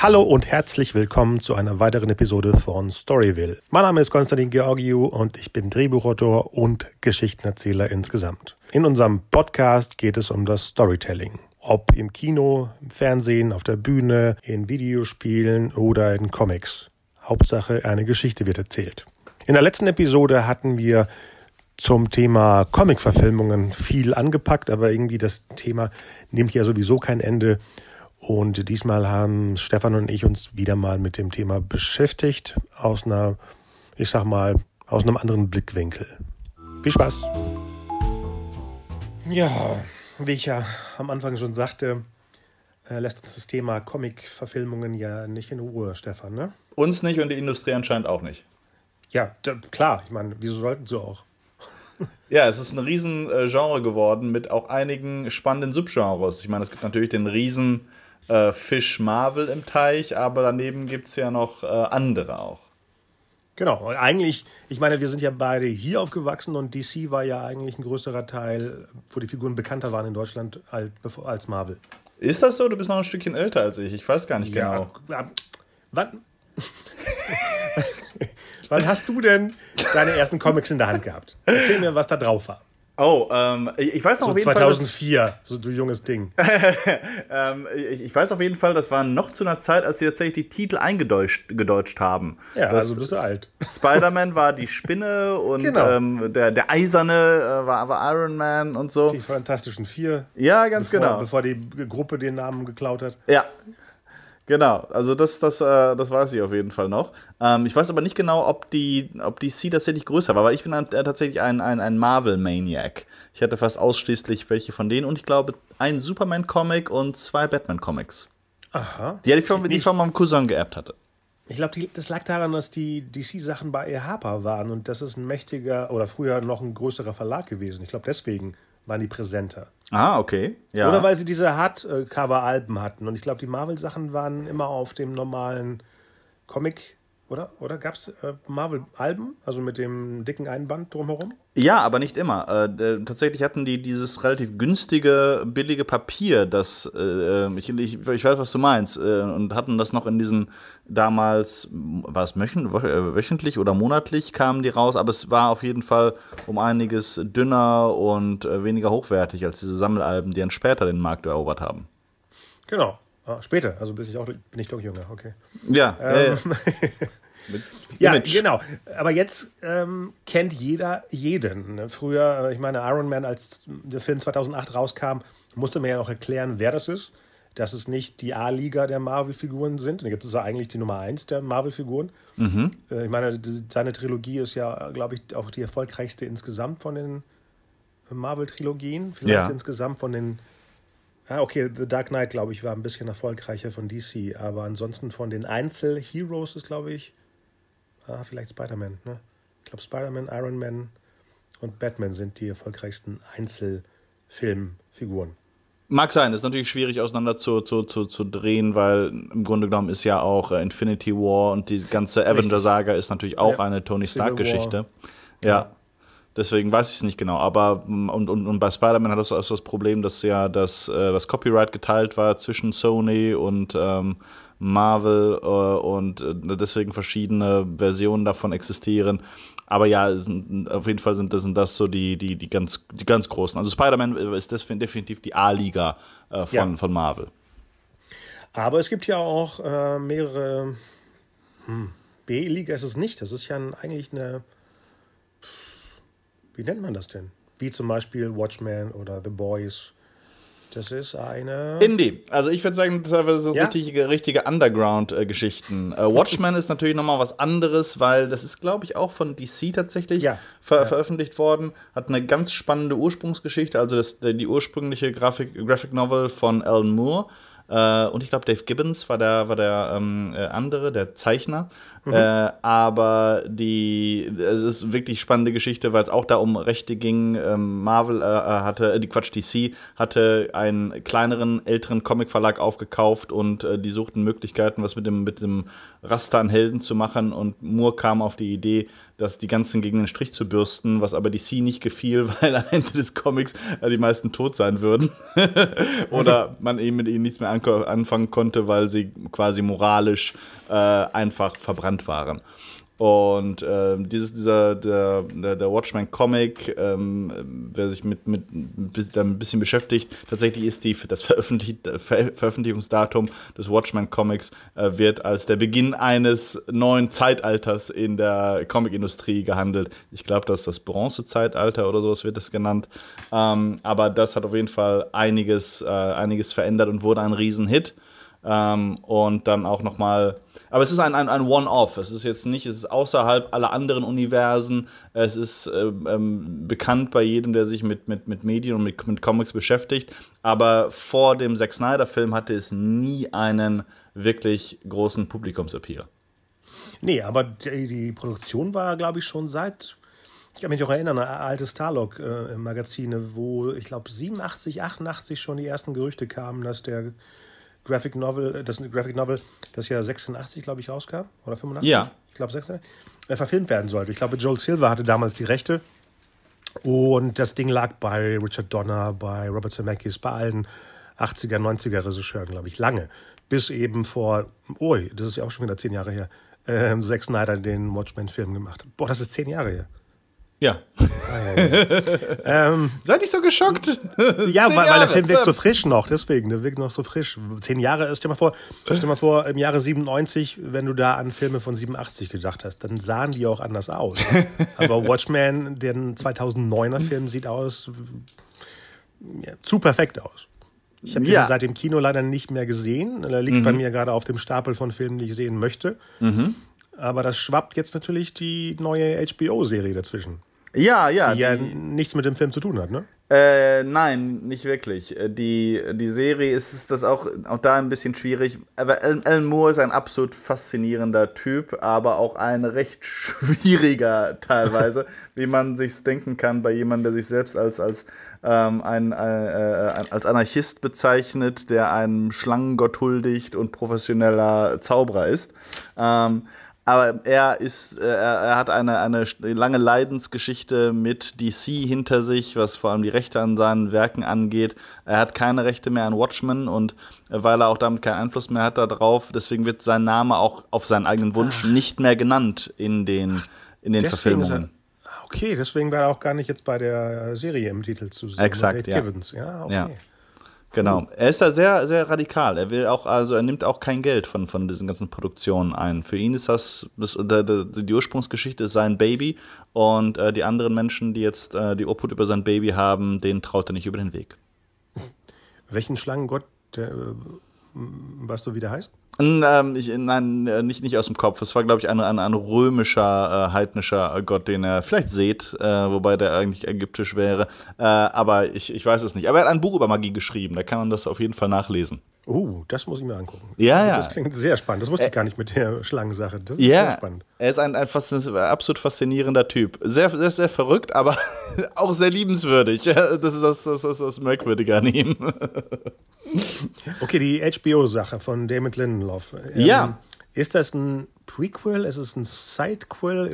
Hallo und herzlich willkommen zu einer weiteren Episode von Storyville. Mein Name ist Konstantin Georgiou und ich bin Drehbuchautor und Geschichtenerzähler insgesamt. In unserem Podcast geht es um das Storytelling. Ob im Kino, im Fernsehen, auf der Bühne, in Videospielen oder in Comics. Hauptsache, eine Geschichte wird erzählt. In der letzten Episode hatten wir zum Thema Comic-Verfilmungen viel angepackt, aber irgendwie das Thema nimmt ja sowieso kein Ende. Und diesmal haben Stefan und ich uns wieder mal mit dem Thema beschäftigt, aus einem anderen Blickwinkel. Viel Spaß! Ja, wie ich ja am Anfang schon sagte, lässt uns das Thema Comic-Verfilmungen ja nicht in Ruhe, Stefan, ne? Uns nicht und die Industrie anscheinend auch nicht. Ja, klar, ich meine, wieso sollten sie auch? Ja, es ist ein Riesengenre geworden mit auch einigen spannenden Subgenres. Ich meine, es gibt natürlich den riesen Fisch Marvel im Teich, aber daneben gibt es ja noch andere auch. Genau, eigentlich, ich meine, wir sind ja beide hier aufgewachsen und DC war ja eigentlich ein größerer Teil, wo die Figuren bekannter waren in Deutschland als Marvel. Ist das so? Du bist noch ein Stückchen älter als ich. Ich weiß gar nicht genau. Wann hast du denn deine ersten Comics in der Hand gehabt? Erzähl mir, was da drauf war. Oh, ich weiß noch so auf jeden 2004, Fall. 2004, so du junges Ding. Ich weiß auf jeden Fall, das war noch zu einer Zeit, als sie tatsächlich die Titel gedeutscht haben. Ja, also bist du alt. Spider-Man war die Spinne und genau. Der Eiserne war Iron Man und so. Die Fantastischen Vier. Ja, ganz genau. Bevor die Gruppe den Namen geklaut hat. Ja. Genau, also das weiß ich auf jeden Fall noch. Ich weiß aber nicht genau, ob DC tatsächlich größer war, weil ich bin tatsächlich ein Marvel-Maniac. Ich hatte fast ausschließlich welche von denen und ich glaube, einen Superman-Comic und 2 Batman-Comics. Aha. Die ich von meinem Cousin geerbt hatte. Ich glaube, das lag daran, dass die DC-Sachen bei E. Harper waren und das ist ein mächtiger oder früher noch ein größerer Verlag gewesen. Ich glaube, deswegen waren die präsenter. Ah, okay. Ja. Oder weil sie diese Hardcover-Alben hatten. Und ich glaube, die Marvel-Sachen waren immer auf dem normalen Comic, oder? Oder gab es Marvel-Alben, also mit dem dicken Einband drumherum? Ja, aber nicht immer. Tatsächlich hatten die dieses relativ günstige, billige Papier, das, ich weiß, was du meinst, und hatten das noch in diesen, damals, war es wöchentlich oder monatlich, kamen die raus, aber es war auf jeden Fall um einiges dünner und weniger hochwertig als diese Sammelalben, die dann später den Markt erobert haben. Genau. Später, also bin ich doch jünger, okay. Ja, ja, genau. Aber jetzt kennt jeder jeden. Ne? Früher, ich meine, Iron Man, als der Film 2008 rauskam, musste man ja noch erklären, wer das ist. Dass es nicht die A-Liga der Marvel-Figuren sind. Und jetzt ist er eigentlich die Nummer 1 der Marvel-Figuren. Mhm. Ich meine, seine Trilogie ist ja, glaube ich, auch die erfolgreichste insgesamt von den Marvel-Trilogien. Vielleicht insgesamt von den... Okay, The Dark Knight, glaube ich, war ein bisschen erfolgreicher von DC. Aber ansonsten von den Einzel-Heroes ist, glaube ich... vielleicht Spider-Man, ne? Ich glaube, Spider-Man, Iron Man und Batman sind die erfolgreichsten Einzelfilmfiguren. Mag sein, ist natürlich schwierig auseinander zu drehen, weil im Grunde genommen ist ja auch Infinity War und die ganze Avenger-Saga ist natürlich auch eine Tony Stark-Geschichte. Ja. Deswegen weiß ich es nicht genau. Aber und bei Spider-Man hat das Problem, dass ja das Copyright geteilt war zwischen Sony und Marvel und deswegen verschiedene Versionen davon existieren. Aber ja, auf jeden Fall sind das so die ganz großen. Also Spider-Man ist definitiv die A-Liga von Marvel. Aber es gibt ja auch mehrere B-Liga ist es nicht. Das ist ja eigentlich eine, wie nennt man das denn? Wie zum Beispiel Watchmen oder The Boys. Das ist eine... Indie. Also ich würde sagen, das sind so richtige Underground-Geschichten. Watchmen ist natürlich nochmal was anderes, weil das ist, glaube ich, auch von DC tatsächlich veröffentlicht worden. Hat eine ganz spannende Ursprungsgeschichte, also die ursprüngliche Graphic Novel von Alan Moore. Und ich glaube, Dave Gibbons war der andere, der Zeichner. Aber es ist wirklich spannende Geschichte, weil es auch da um Rechte ging. DC hatte einen kleineren, älteren Comicverlag aufgekauft und die suchten Möglichkeiten, was mit dem Raster an Helden zu machen. Und Moore kam auf die Idee, dass die ganzen gegen den Strich zu bürsten, was aber DC nicht gefiel, weil am Ende des Comics die meisten tot sein würden. Oder man eben mit ihnen nichts mehr anfangen konnte, weil sie quasi moralisch einfach verbrannt waren. Und der Watchmen-Comic, wer sich damit ein bisschen beschäftigt, tatsächlich ist das Veröffentlichungsdatum des Watchmen-Comics wird als der Beginn eines neuen Zeitalters in der Comicindustrie gehandelt. Ich glaube, das ist das Bronzezeitalter oder sowas wird das genannt. Aber das hat auf jeden Fall einiges verändert und wurde ein Riesenhit. Und dann auch nochmal. Aber es ist ein One-Off. Es ist außerhalb aller anderen Universen. Es ist bekannt bei jedem, der sich mit Medien und mit Comics beschäftigt. Aber vor dem Zack Snyder-Film hatte es nie einen wirklich großen Publikumsappeal. Nee, aber die Produktion war, glaube ich, schon ich kann mich auch erinnern, an alte Starlog-Magazine, wo, ich glaube, 87, 88 schon die ersten Gerüchte kamen, dass das Graphic Novel, das ja 86, glaube ich, rauskam, oder 85? Ja. Ich glaube 86, verfilmt werden sollte. Ich glaube, Joel Silver hatte damals die Rechte und das Ding lag bei Richard Donner, bei Robert Zemeckis, bei allen 80er, 90er Regisseuren, glaube ich, lange. Bis eben das ist ja auch schon wieder 10 Jahre her, Zack Snyder den Watchmen-Film gemacht hat. Boah, das ist 10 Jahre her. Ja. Seid nicht so geschockt. Ja, weil der Film wirkt so frisch noch, deswegen, der wirkt noch so frisch. 10 Jahre, stell dir mal vor, im Jahre 97, wenn du da an Filme von 87 gedacht hast, dann sahen die auch anders aus. Aber Watchmen, der 2009er Film, sieht zu perfekt aus. Ich habe den seit dem Kino leider nicht mehr gesehen. Er liegt bei mir gerade auf dem Stapel von Filmen, die ich sehen möchte. Aber das schwappt jetzt natürlich die neue HBO-Serie dazwischen. Ja. Die ja nichts mit dem Film zu tun hat, ne? Nein, nicht wirklich. Die Serie ist das auch da ein bisschen schwierig. Aber Alan Moore ist ein absolut faszinierender Typ, aber auch ein recht schwieriger teilweise, wie man sich's denken kann bei jemandem, der sich selbst als Anarchist bezeichnet, der einem Schlangengott huldigt und professioneller Zauberer ist. Aber er hat eine lange Leidensgeschichte mit DC hinter sich, was vor allem die Rechte an seinen Werken angeht. Er hat keine Rechte mehr an Watchmen und weil er auch damit keinen Einfluss mehr hat darauf, deswegen wird sein Name auch auf seinen eigenen Wunsch nicht mehr genannt in den Verfilmungen. Okay, deswegen war er auch gar nicht jetzt bei der Serie im Titel zu sehen. Exakt, Dave Gibbons. Ja, okay. Ja. Genau. Er ist da sehr, sehr radikal. Er nimmt auch kein Geld von diesen ganzen Produktionen ein. Für ihn ist die Ursprungsgeschichte ist sein Baby und die anderen Menschen, die jetzt die Obhut über sein Baby haben, denen traut er nicht über den Weg. Welchen Schlangengott, weißt du, wie der heißt? Nein, nicht aus dem Kopf. Es war, glaube ich, ein römischer, heidnischer Gott, den er vielleicht seht, wobei der eigentlich ägyptisch wäre. Aber ich weiß es nicht. Aber er hat ein Buch über Magie geschrieben, da kann man das auf jeden Fall nachlesen. Das muss ich mir angucken. Ja. Das klingt sehr spannend. Das wusste ich gar nicht mit der Schlangensache. Das ist sehr spannend. Er ist ein absolut faszinierender Typ. Sehr, sehr, sehr verrückt, aber auch sehr liebenswürdig. Das ist das Merkwürdige an ihm. Okay, die HBO-Sache von Damon Lindelof. Ist das ein Prequel? Ist es ein Sidequel?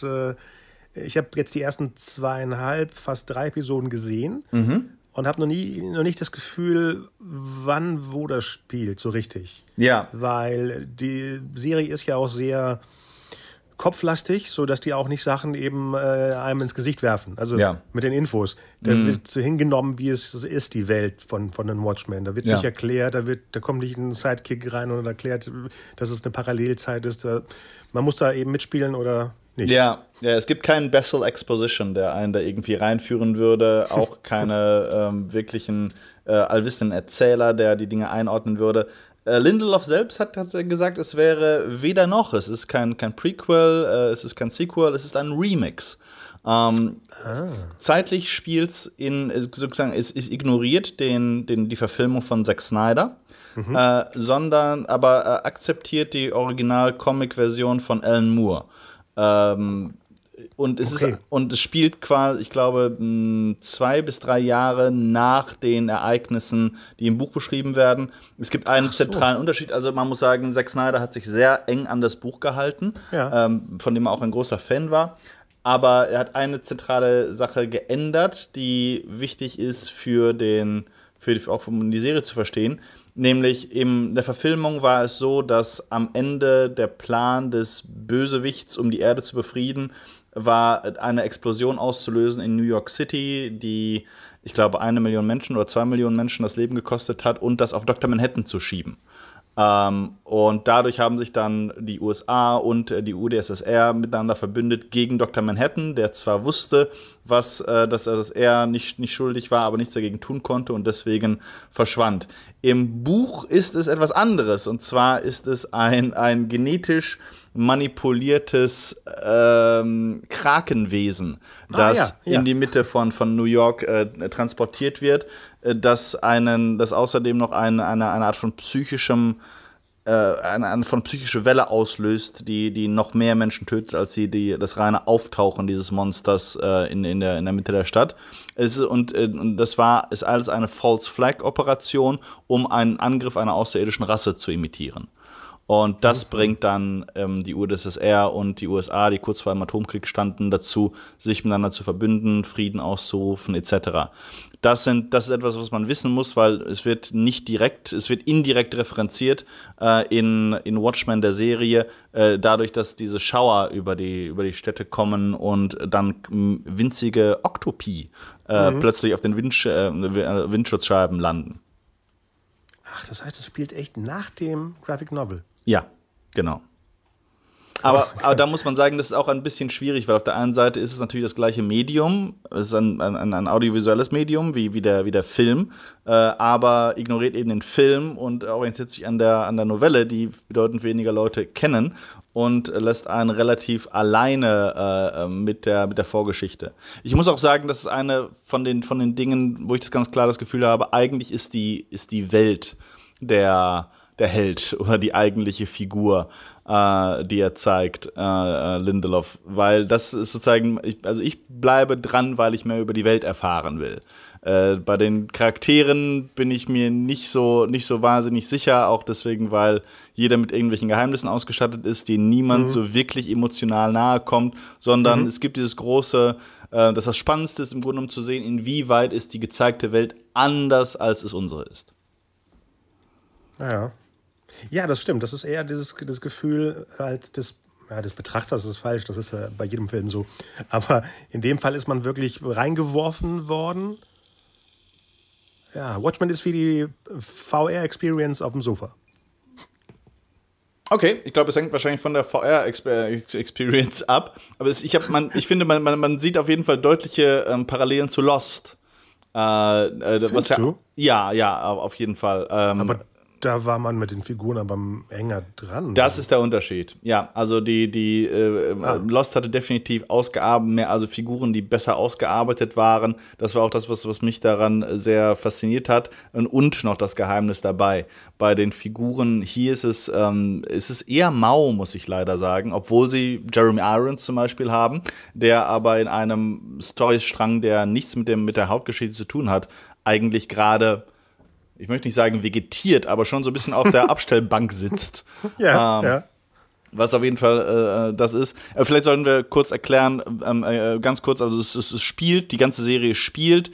Ich habe jetzt die ersten 2,5, fast 3 Episoden gesehen und habe noch nicht das Gefühl, wann, wo das spielt, so richtig. Ja. Weil die Serie ist ja auch sehr kopflastig, sodass die auch nicht Sachen eben einem ins Gesicht werfen. Also mit den Infos. Da wird so hingenommen, wie es ist, die Welt von den Watchmen. Da wird nicht erklärt, da kommt nicht ein Sidekick rein und erklärt, dass es eine Parallelzeit ist. Man muss da eben mitspielen oder nicht. Ja, es gibt keinen Bessel Exposition, der einen da irgendwie reinführen würde. Auch keine wirklichen allwissenden Erzähler, der die Dinge einordnen würde. Lindelof selbst hat gesagt, es wäre weder noch. Es ist kein Prequel, es ist kein Sequel, es ist ein Remix. Zeitlich spielt's es ignoriert die Verfilmung von Zack Snyder, sondern aber akzeptiert die Original-Comic-Version von Alan Moore. Und es spielt quasi, ich glaube, 2 bis 3 Jahre nach den Ereignissen, die im Buch beschrieben werden. Es gibt einen zentralen Unterschied. Also man muss sagen, Zack Snyder hat sich sehr eng an das Buch gehalten, von dem er auch ein großer Fan war. Aber er hat eine zentrale Sache geändert, die wichtig ist auch um die Serie zu verstehen. Nämlich in der Verfilmung war es so, dass am Ende der Plan des Bösewichts, um die Erde zu befrieden, war eine Explosion auszulösen in New York City, die, ich glaube, 1 Million Menschen oder 2 Millionen Menschen das Leben gekostet hat und das auf Dr. Manhattan zu schieben. Und dadurch haben sich dann die USA und die UdSSR miteinander verbündet gegen Dr. Manhattan, der zwar wusste, dass er nicht schuldig war, aber nichts dagegen tun konnte und deswegen verschwand. Im Buch ist es etwas anderes, und zwar ist es ein genetisch manipuliertes Krakenwesen, das in die Mitte von New York transportiert wird, das außerdem noch eine Art von psychischer Welle auslöst, die noch mehr Menschen tötet als das reine Auftauchen dieses Monsters in der Mitte der Stadt. Und das ist alles eine False-Flag-Operation, um einen Angriff einer außerirdischen Rasse zu imitieren. Und das bringt dann die UdSSR und die USA, die kurz vor einem Atomkrieg standen, dazu, sich miteinander zu verbünden, Frieden auszurufen, etc. Das ist etwas, was man wissen muss, weil es wird indirekt referenziert in Watchmen, der Serie, dadurch, dass diese Schauer über die Städte kommen und dann winzige Oktopi plötzlich auf den Windschutzscheiben landen. Ach, das heißt, es spielt echt nach dem Graphic Novel. Ja, genau. Aber da muss man sagen, das ist auch ein bisschen schwierig, weil auf der einen Seite ist es natürlich das gleiche Medium, es ist ein audiovisuelles Medium wie der Film, aber ignoriert eben den Film und orientiert sich an der Novelle, die bedeutend weniger Leute kennen, und lässt einen relativ alleine mit der Vorgeschichte. Ich muss auch sagen, das ist eine von den Dingen, wo ich das ganz klar das Gefühl habe, eigentlich ist die Welt der Held oder die eigentliche Figur, die er zeigt, Lindelof. Weil das ist sozusagen, ich bleibe dran, weil ich mehr über die Welt erfahren will. Bei den Charakteren bin ich mir nicht so wahnsinnig sicher, auch deswegen, weil jeder mit irgendwelchen Geheimnissen ausgestattet ist, denen niemand so wirklich emotional nahe kommt, sondern es gibt dieses große, das Spannendste ist im Grunde, um zu sehen, inwieweit ist die gezeigte Welt anders, als es unsere ist. Ja, das stimmt. Das ist eher das Gefühl als des Betrachters, das ist falsch, das ist ja bei jedem Film so. Aber in dem Fall ist man wirklich reingeworfen worden. Ja, Watchmen ist wie die VR-Experience auf dem Sofa. Okay, ich glaube, es hängt wahrscheinlich von der VR-Experience ab. Aber ich finde, man sieht auf jeden Fall deutliche Parallelen zu Lost. Findest du? Ja, auf jeden Fall. Aber da war man mit den Figuren aber enger dran. Das ist der Unterschied. Ja, also Lost hatte definitiv Figuren, die besser ausgearbeitet waren. Das war auch das, was mich daran sehr fasziniert hat. Und noch das Geheimnis dabei. Bei den Figuren hier ist es eher mau, muss ich leider sagen, obwohl sie Jeremy Irons zum Beispiel haben, der aber in einem Storystrang, der nichts mit der Hauptgeschichte zu tun hat, eigentlich gerade, ich möchte nicht sagen vegetiert, aber schon so ein bisschen auf der Abstellbank sitzt. Ja. Was auf jeden Fall das ist. Vielleicht sollten wir kurz erklären, ganz kurz, also die ganze Serie spielt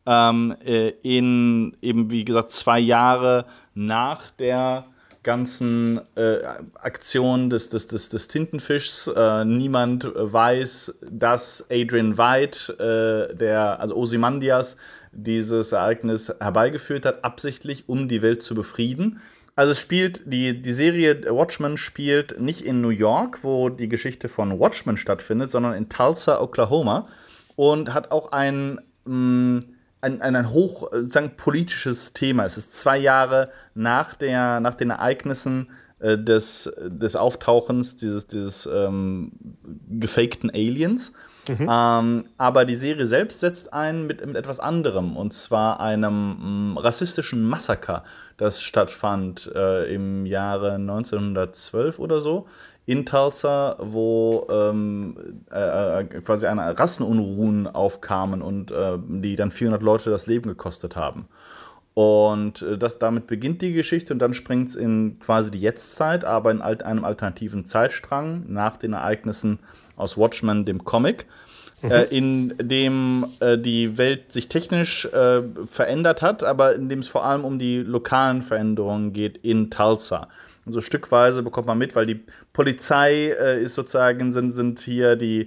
in eben, wie gesagt, 2 Jahre nach der ganzen Aktion des Tintenfischs. Niemand weiß, dass Adrian White, also Ozymandias, dieses Ereignis herbeigeführt hat, absichtlich, um die Welt zu befrieden. Also die Serie Watchmen spielt nicht in New York, wo die Geschichte von Watchmen stattfindet, sondern in Tulsa, Oklahoma, und hat auch ein hoch politisches Thema. Es ist 2 Jahre nach den Ereignissen des Auftauchens dieses gefakten Aliens. Aber die Serie selbst setzt ein mit etwas anderem, und zwar einem rassistischen Massaker, das stattfand im Jahre 1912 oder so in Tulsa, wo quasi eine Rassenunruhen aufkamen und die dann 400 Leute das Leben gekostet haben. Und damit beginnt die Geschichte, und dann springt es in quasi die Jetztzeit, aber in einem alternativen Zeitstrang nach den Ereignissen aus Watchmen, dem Comic. in dem die Welt sich technisch verändert hat, aber in dem es vor allem um die lokalen Veränderungen geht in Tulsa. Also stückweise bekommt man mit, weil die Polizei ist sozusagen, sind hier die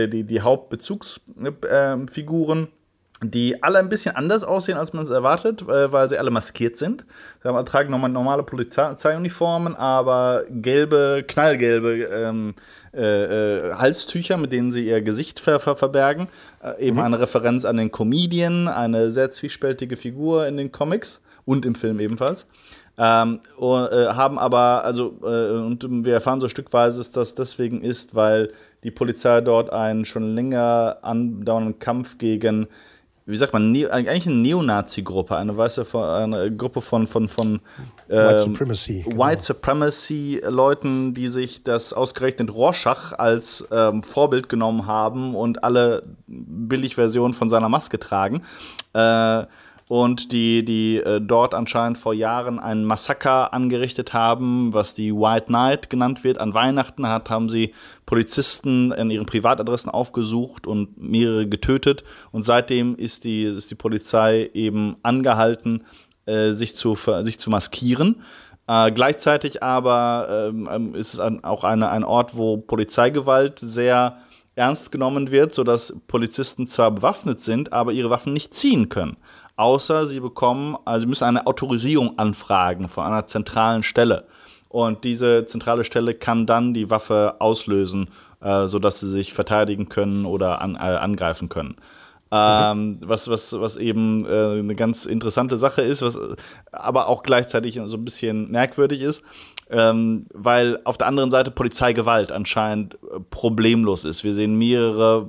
Hauptbezugsfiguren, die alle ein bisschen anders aussehen, als man es erwartet, weil sie alle maskiert sind. Sie tragen normale Polizeiuniformen, aber knallgelbe Halstücher, mit denen sie ihr Gesicht verbergen. Eben eine Referenz an den Comedian, eine sehr zwiespältige Figur in den Comics und im Film ebenfalls. Haben aber, und wir erfahren so stückweise, dass das deswegen ist, weil die Polizei dort einen schon länger andauernden Kampf gegen, wie sagt man, eigentlich eine Neonazi-Gruppe, eine Gruppe von White Supremacy-Leuten, die sich das ausgerechnet Rorschach als Vorbild genommen haben und alle Billigversionen von seiner Maske tragen. Und die dort anscheinend vor Jahren ein Massaker angerichtet haben, was die White Night genannt wird. An Weihnachten haben sie Polizisten in ihren Privatadressen aufgesucht und mehrere getötet. Und seitdem ist die Polizei eben angehalten, sich zu maskieren. Gleichzeitig aber ist es auch ein Ort, wo Polizeigewalt sehr ernst genommen wird, sodass Polizisten zwar bewaffnet sind, aber ihre Waffen nicht ziehen können. Außer sie müssen eine Autorisierung anfragen von einer zentralen Stelle. Und diese zentrale Stelle kann dann die Waffe auslösen, sodass sie sich verteidigen können oder angreifen können. Was eben eine ganz interessante Sache ist, was aber auch gleichzeitig so ein bisschen merkwürdig ist, weil auf der anderen Seite Polizeigewalt anscheinend problemlos ist. Wir sehen mehrere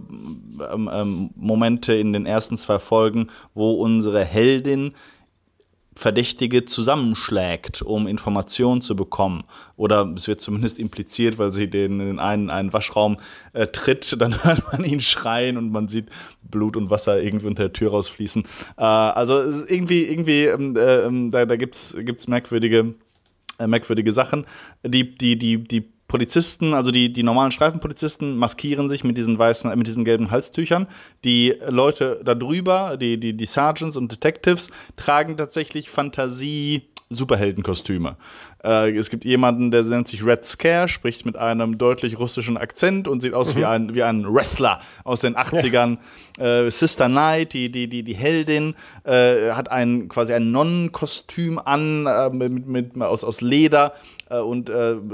Momente in den ersten 2 Folgen, wo unsere Heldin Verdächtige zusammenschlägt, um Informationen zu bekommen. Oder es wird zumindest impliziert, weil sie in einen Waschraum tritt, dann hört man ihn schreien und man sieht Blut und Wasser irgendwie unter der Tür rausfließen. Also irgendwie da gibt's merkwürdige Sachen. Die Polizisten, also die normalen Streifenpolizisten, maskieren sich mit diesen gelben Halstüchern. Die Leute da drüber, die Sergeants und Detectives, tragen tatsächlich Fantasie-Superheldenkostüme. Es gibt jemanden, der nennt sich Red Scare, spricht mit einem deutlich russischen Akzent und sieht aus wie ein Wrestler aus den 80ern. Sister Knight, die Heldin, hat quasi ein Nonnenkostüm an, aus Leder und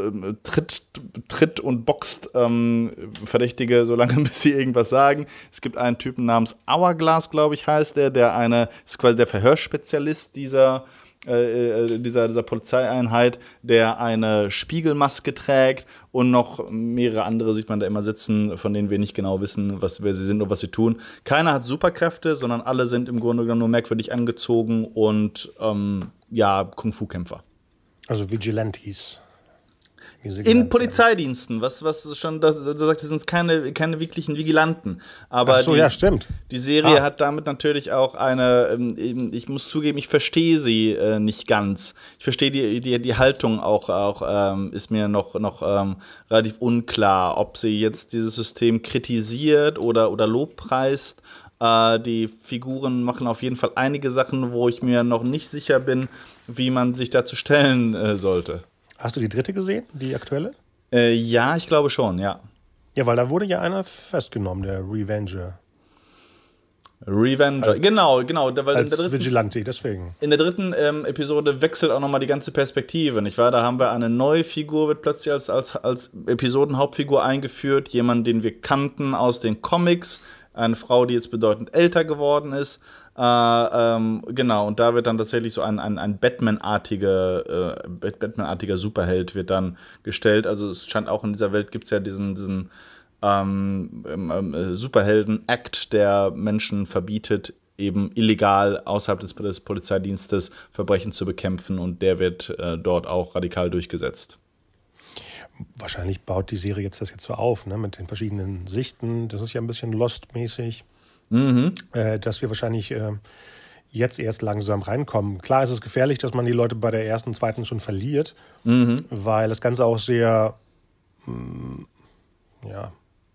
tritt und boxt Verdächtige so lange, bis sie irgendwas sagen. Es gibt einen Typen namens Hourglass, glaube ich, heißt der ist quasi der Verhörspezialist dieser Polizeieinheit, der eine Spiegelmaske trägt und noch mehrere andere sieht man da immer sitzen, von denen wir nicht genau wissen, wer sie sind und was sie tun. Keiner hat Superkräfte, sondern alle sind im Grunde genommen nur merkwürdig angezogen und Kung-Fu-Kämpfer. Also Vigilantes. In Polizeidiensten, was schon, da sagt, sie sind keine wirklichen Vigilanten. Aber ja, stimmt. Die Serie hat damit natürlich auch ich muss zugeben, ich verstehe sie nicht ganz. Ich verstehe die Haltung auch ist mir noch relativ unklar, ob sie jetzt dieses System kritisiert oder lobpreist. Die Figuren machen auf jeden Fall einige Sachen, wo ich mir noch nicht sicher bin, wie man sich dazu stellen sollte. Hast du die 3. gesehen, die aktuelle? Ja, ich glaube schon, ja. Ja, weil da wurde ja einer festgenommen, der Revenger. Genau. Als Vigilante, deswegen. In der 3. Episode wechselt auch nochmal die ganze Perspektive, nicht wahr? Da haben wir eine neue Figur, wird plötzlich als Episodenhauptfigur eingeführt. Jemand, den wir kannten aus den Comics. Eine Frau, die jetzt bedeutend älter geworden ist. Genau, und da wird dann tatsächlich so ein Batman-artiger Superheld wird dann gestellt. Also es scheint auch in dieser Welt gibt es ja diesen Superhelden-Act, der Menschen verbietet, eben illegal außerhalb des Polizeidienstes Verbrechen zu bekämpfen, und der wird dort auch radikal durchgesetzt. Wahrscheinlich baut die Serie das jetzt so auf, ne, mit den verschiedenen Sichten. Das ist ja ein bisschen Lost-mäßig. Dass wir wahrscheinlich jetzt erst langsam reinkommen. Klar ist es gefährlich, dass man die Leute bei der 1., 2. schon verliert, weil das Ganze auch sehr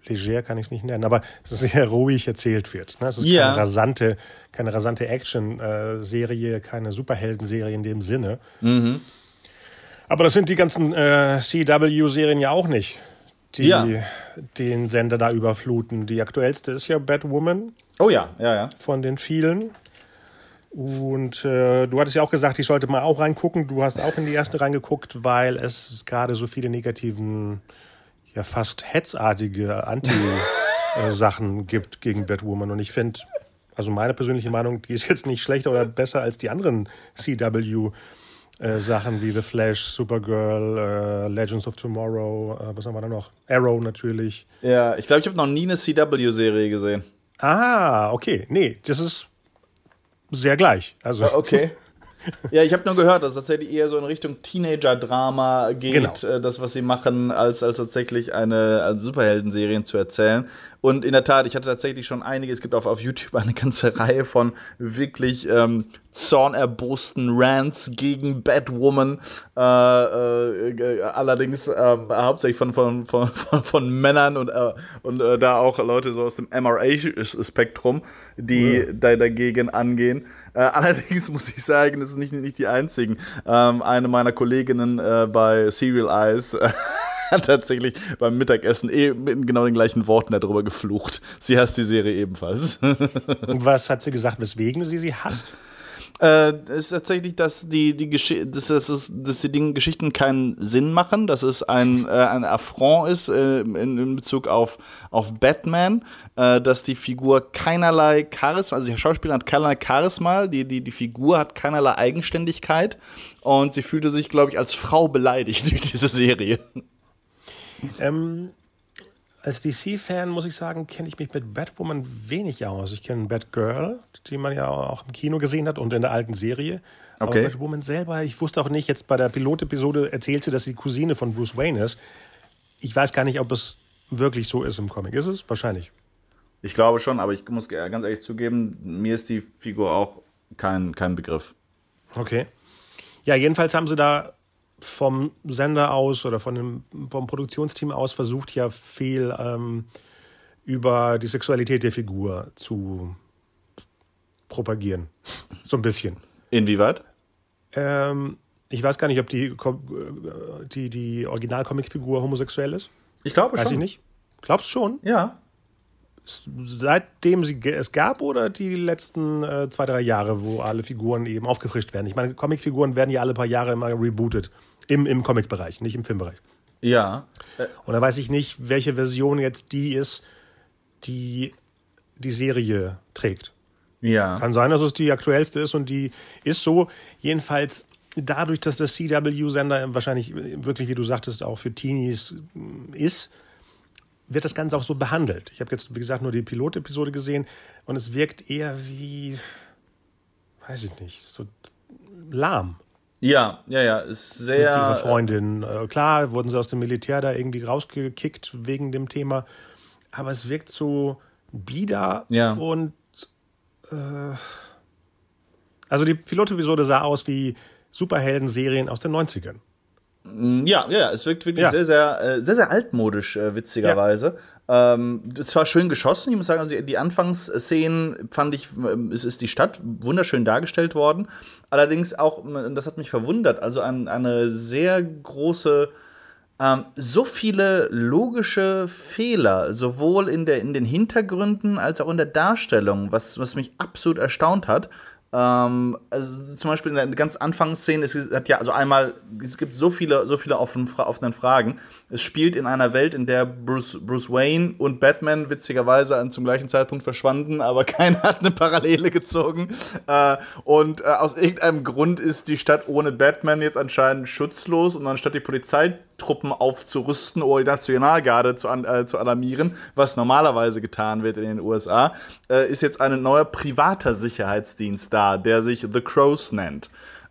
leger kann ich es nicht nennen, aber es ist sehr ruhig erzählt wird. Ne? Es ist keine rasante Action-Serie, keine Superhelden-Serie in dem Sinne. Mhm. Aber das sind die ganzen CW-Serien ja auch nicht, die den Sender da überfluten. Die aktuellste ist ja Batwoman. Oh ja. Von den vielen. Und du hattest ja auch gesagt, ich sollte mal auch reingucken. Du hast auch in die erste reingeguckt, weil es gerade so viele negativen, ja fast hetzartige Anti-Sachen gibt gegen Batwoman. Und ich finde, also meine persönliche Meinung, die ist jetzt nicht schlechter oder besser als die anderen CW-Sachen wie The Flash, Supergirl, Legends of Tomorrow, was haben wir da noch? Arrow natürlich. Ja, ich glaube, ich habe noch nie eine CW-Serie gesehen. Ah, okay. Nee, das ist sehr gleich. Also. Okay. Ja, ich habe nur gehört, dass es tatsächlich eher so in Richtung Teenager-Drama geht, genau. Das, was sie machen, als tatsächlich eine Superhelden-Serien zu erzählen. Und in der Tat, ich hatte tatsächlich schon einige, es gibt auf YouTube eine ganze Reihe von wirklich zornerbosten Rants gegen Batwoman, allerdings hauptsächlich von Männern und da auch Leute so aus dem MRA-Spektrum, die dagegen angehen. Allerdings muss ich sagen, das sind nicht die einzigen. Eine meiner Kolleginnen bei Serial Eyes hat tatsächlich beim Mittagessen mit genau den gleichen Worten darüber geflucht. Sie hasst die Serie ebenfalls. Und was hat sie gesagt, weswegen sie hasst? Ist tatsächlich, dass die Geschichten keinen Sinn machen, dass es ein Affront ist in Bezug auf Batman, dass die Figur keinerlei Charisma, also der Schauspieler hat keinerlei Charisma, die Figur hat keinerlei Eigenständigkeit und sie fühlte sich, glaube ich, als Frau beleidigt durch diese Serie. Als DC-Fan, muss ich sagen, kenne ich mich mit Batwoman wenig aus. Ich kenne Batgirl, die man ja auch im Kino gesehen hat und in der alten Serie. Okay. Aber Batwoman selber, ich wusste auch nicht, jetzt bei der Pilotepisode erzählt sie, dass sie die Cousine von Bruce Wayne ist. Ich weiß gar nicht, ob es wirklich so ist im Comic. Ist es? Wahrscheinlich. Ich glaube schon, aber ich muss ganz ehrlich zugeben, mir ist die Figur auch kein Begriff. Okay. Ja, jedenfalls haben sie da vom Sender aus oder vom Produktionsteam aus versucht ja viel über die Sexualität der Figur zu propagieren. So ein bisschen. Inwieweit? Ich weiß gar nicht, ob die Original-Comic-Figur homosexuell ist. Ich glaube schon. Weiß ich nicht. Glaubst du schon? Ja. Seitdem es gab oder die letzten 2-3 Jahre, wo alle Figuren eben aufgefrischt werden? Ich meine, Comicfiguren werden ja alle paar Jahre immer rebootet. Im Comic-Bereich, nicht im Filmbereich. Ja. Und da weiß ich nicht, welche Version jetzt die ist, die die Serie trägt. Ja. Kann sein, dass es die aktuellste ist und die ist so. Jedenfalls dadurch, dass der CW-Sender wahrscheinlich wirklich, wie du sagtest, auch für Teenies ist, wird das Ganze auch so behandelt. Ich habe jetzt, wie gesagt, nur die Pilotepisode gesehen und es wirkt eher wie, weiß ich nicht, so lahm. Ja, ist sehr. Mit ihrer Freundin. Klar, wurden sie aus dem Militär da irgendwie rausgekickt wegen dem Thema. Aber es wirkt so bieder und also die Pilotepisode sah aus wie Superhelden-Serien aus den 90ern. Ja, es wirkt wirklich sehr, sehr altmodisch, witzigerweise. Ja. Zwar schön geschossen, ich muss sagen, also die Anfangsszenen fand ich, es ist die Stadt wunderschön dargestellt worden. Allerdings auch, das hat mich verwundert, also eine sehr große, so viele logische Fehler, sowohl in den Hintergründen als auch in der Darstellung, was mich absolut erstaunt hat. Also zum Beispiel in der ganz Anfangsszene, es gibt so viele offene Fragen. Es spielt in einer Welt, in der Bruce Wayne und Batman witzigerweise zum gleichen Zeitpunkt verschwanden, aber keiner hat eine Parallele gezogen. Und aus irgendeinem Grund ist die Stadt ohne Batman jetzt anscheinend schutzlos und anstatt die Polizeitruppen aufzurüsten oder die Nationalgarde zu alarmieren, was normalerweise getan wird in den USA, ist jetzt ein neuer privater Sicherheitsdienst da, der sich The Crows nennt.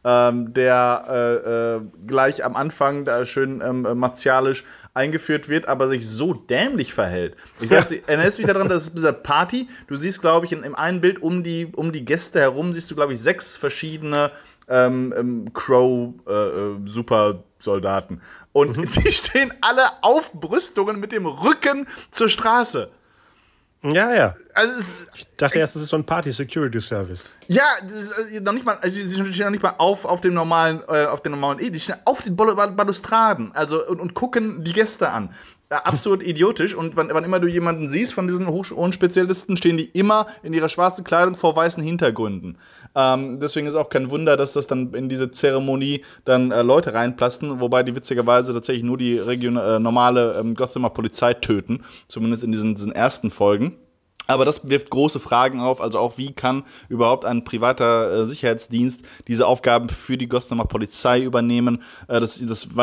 Der gleich am Anfang da schön martialisch eingeführt wird, aber sich so dämlich verhält. Ich weiß nicht, erinnerst du dich daran, dass es dieser Party, du siehst, glaube ich, in einem Bild um die Gäste herum, siehst du, glaube ich, 6 verschiedene Crow super Soldaten. Und sie stehen alle auf Brüstungen mit dem Rücken zur Straße. Ja. Also ich dachte erst, das ist so ein Party-Security-Service. Ja, das ist noch nicht mal, also die stehen noch nicht mal auf dem normalen, die stehen auf den Balustraden, also und gucken die Gäste an. Absolut idiotisch. Und wann immer du jemanden siehst von diesen hohen Spezialisten, stehen die immer in ihrer schwarzen Kleidung vor weißen Hintergründen. Deswegen ist auch kein Wunder, dass das dann in diese Zeremonie dann Leute reinplasten, wobei die witzigerweise tatsächlich nur die normale Gothamer Polizei töten, zumindest in diesen ersten Folgen. Aber das wirft große Fragen auf, also auch wie kann überhaupt ein privater Sicherheitsdienst diese Aufgaben für die Gothamer Polizei übernehmen. Daraus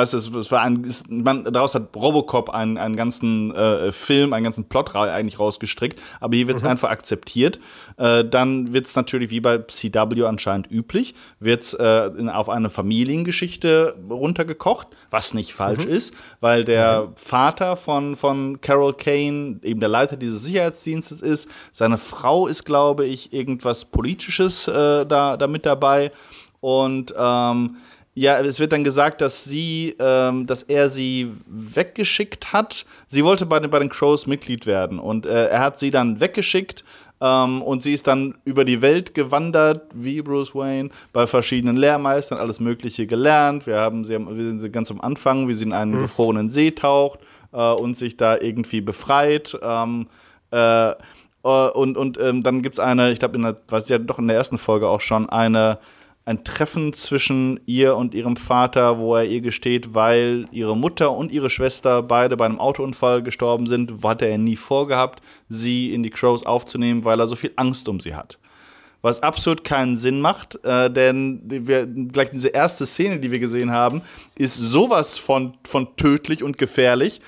hat Robocop einen ganzen Film, einen ganzen Plot eigentlich rausgestrickt, aber hier wird es einfach akzeptiert. Dann wird es natürlich wie bei CW anscheinend üblich, wird es auf eine Familiengeschichte runtergekocht, was nicht falsch ist, weil der Vater von Carol Kane eben der Leiter dieses Sicherheitsdienstes ist. Seine Frau ist, glaube ich, irgendwas Politisches da mit dabei. Und es wird dann gesagt, dass er sie weggeschickt hat. Sie wollte bei den Crows Mitglied werden. Und er hat sie dann weggeschickt. Und sie ist dann über die Welt gewandert, wie Bruce Wayne, bei verschiedenen Lehrmeistern, alles Mögliche gelernt. Wir sind ganz am Anfang, wie sie in einen gefrorenen See taucht und sich da irgendwie befreit. Dann gibt es ich glaube, in der ersten Folge auch schon, ein Treffen zwischen ihr und ihrem Vater, wo er ihr gesteht, weil ihre Mutter und ihre Schwester beide bei einem Autounfall gestorben sind, hatte er nie vorgehabt, sie in die Crows aufzunehmen, weil er so viel Angst um sie hat. Was absolut keinen Sinn macht, denn gleich diese erste Szene, die wir gesehen haben, ist sowas von tödlich und gefährlich.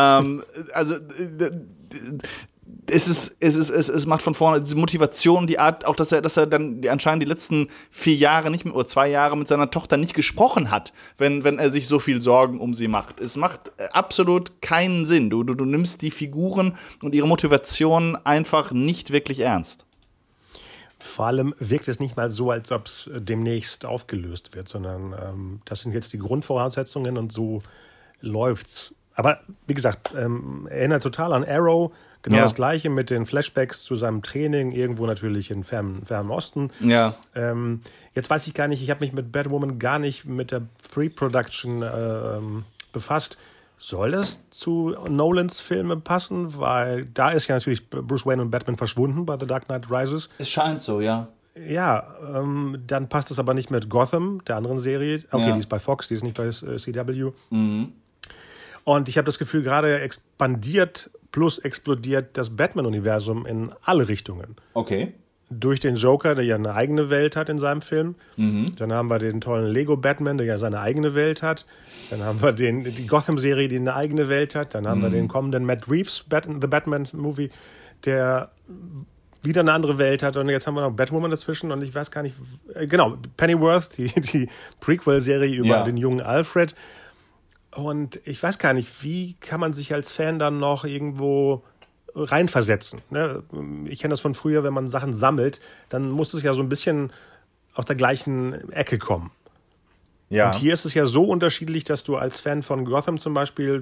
Es macht von vorne diese Motivation, die Art, auch dass er dann anscheinend die letzten 4 Jahre nicht mehr, oder 2 Jahre mit seiner Tochter nicht gesprochen hat, wenn er sich so viel Sorgen um sie macht. Es macht absolut keinen Sinn. Du nimmst die Figuren und ihre Motivation einfach nicht wirklich ernst. Vor allem wirkt es nicht mal so, als ob es demnächst aufgelöst wird, sondern das sind jetzt die Grundvoraussetzungen und so läuft's. Aber wie gesagt, erinnert total an Arrow. Genau das Gleiche mit den Flashbacks zu seinem Training, irgendwo natürlich in fernen Osten. Ja. Jetzt weiß ich gar nicht, ich habe mich mit Batwoman gar nicht mit der Pre-Production befasst. Soll das zu Nolans Filme passen? Weil da ist ja natürlich Bruce Wayne und Batman verschwunden bei The Dark Knight Rises. Es scheint so, ja. Ja, dann passt es aber nicht mit Gotham, der anderen Serie. Okay, die ist bei Fox, die ist nicht bei CW. Mhm. Und ich habe das Gefühl, gerade expandiert plus explodiert das Batman-Universum in alle Richtungen. Okay. Durch den Joker, der ja eine eigene Welt hat in seinem Film. Dann haben wir den tollen Lego-Batman, der ja seine eigene Welt hat. Dann haben wir die Gotham-Serie, die eine eigene Welt hat. Dann haben wir den kommenden Matt Reeves The Batman-Movie, der wieder eine andere Welt hat. Und jetzt haben wir noch Batwoman dazwischen. Und ich weiß gar nicht, genau, Pennyworth, die Prequel-Serie über den jungen Alfred. Und ich weiß gar nicht, wie kann man sich als Fan dann noch irgendwo reinversetzen. Ne? Ich kenne das von früher, wenn man Sachen sammelt, dann muss es ja so ein bisschen aus der gleichen Ecke kommen. Ja. Und hier ist es ja so unterschiedlich, dass du als Fan von Gotham zum Beispiel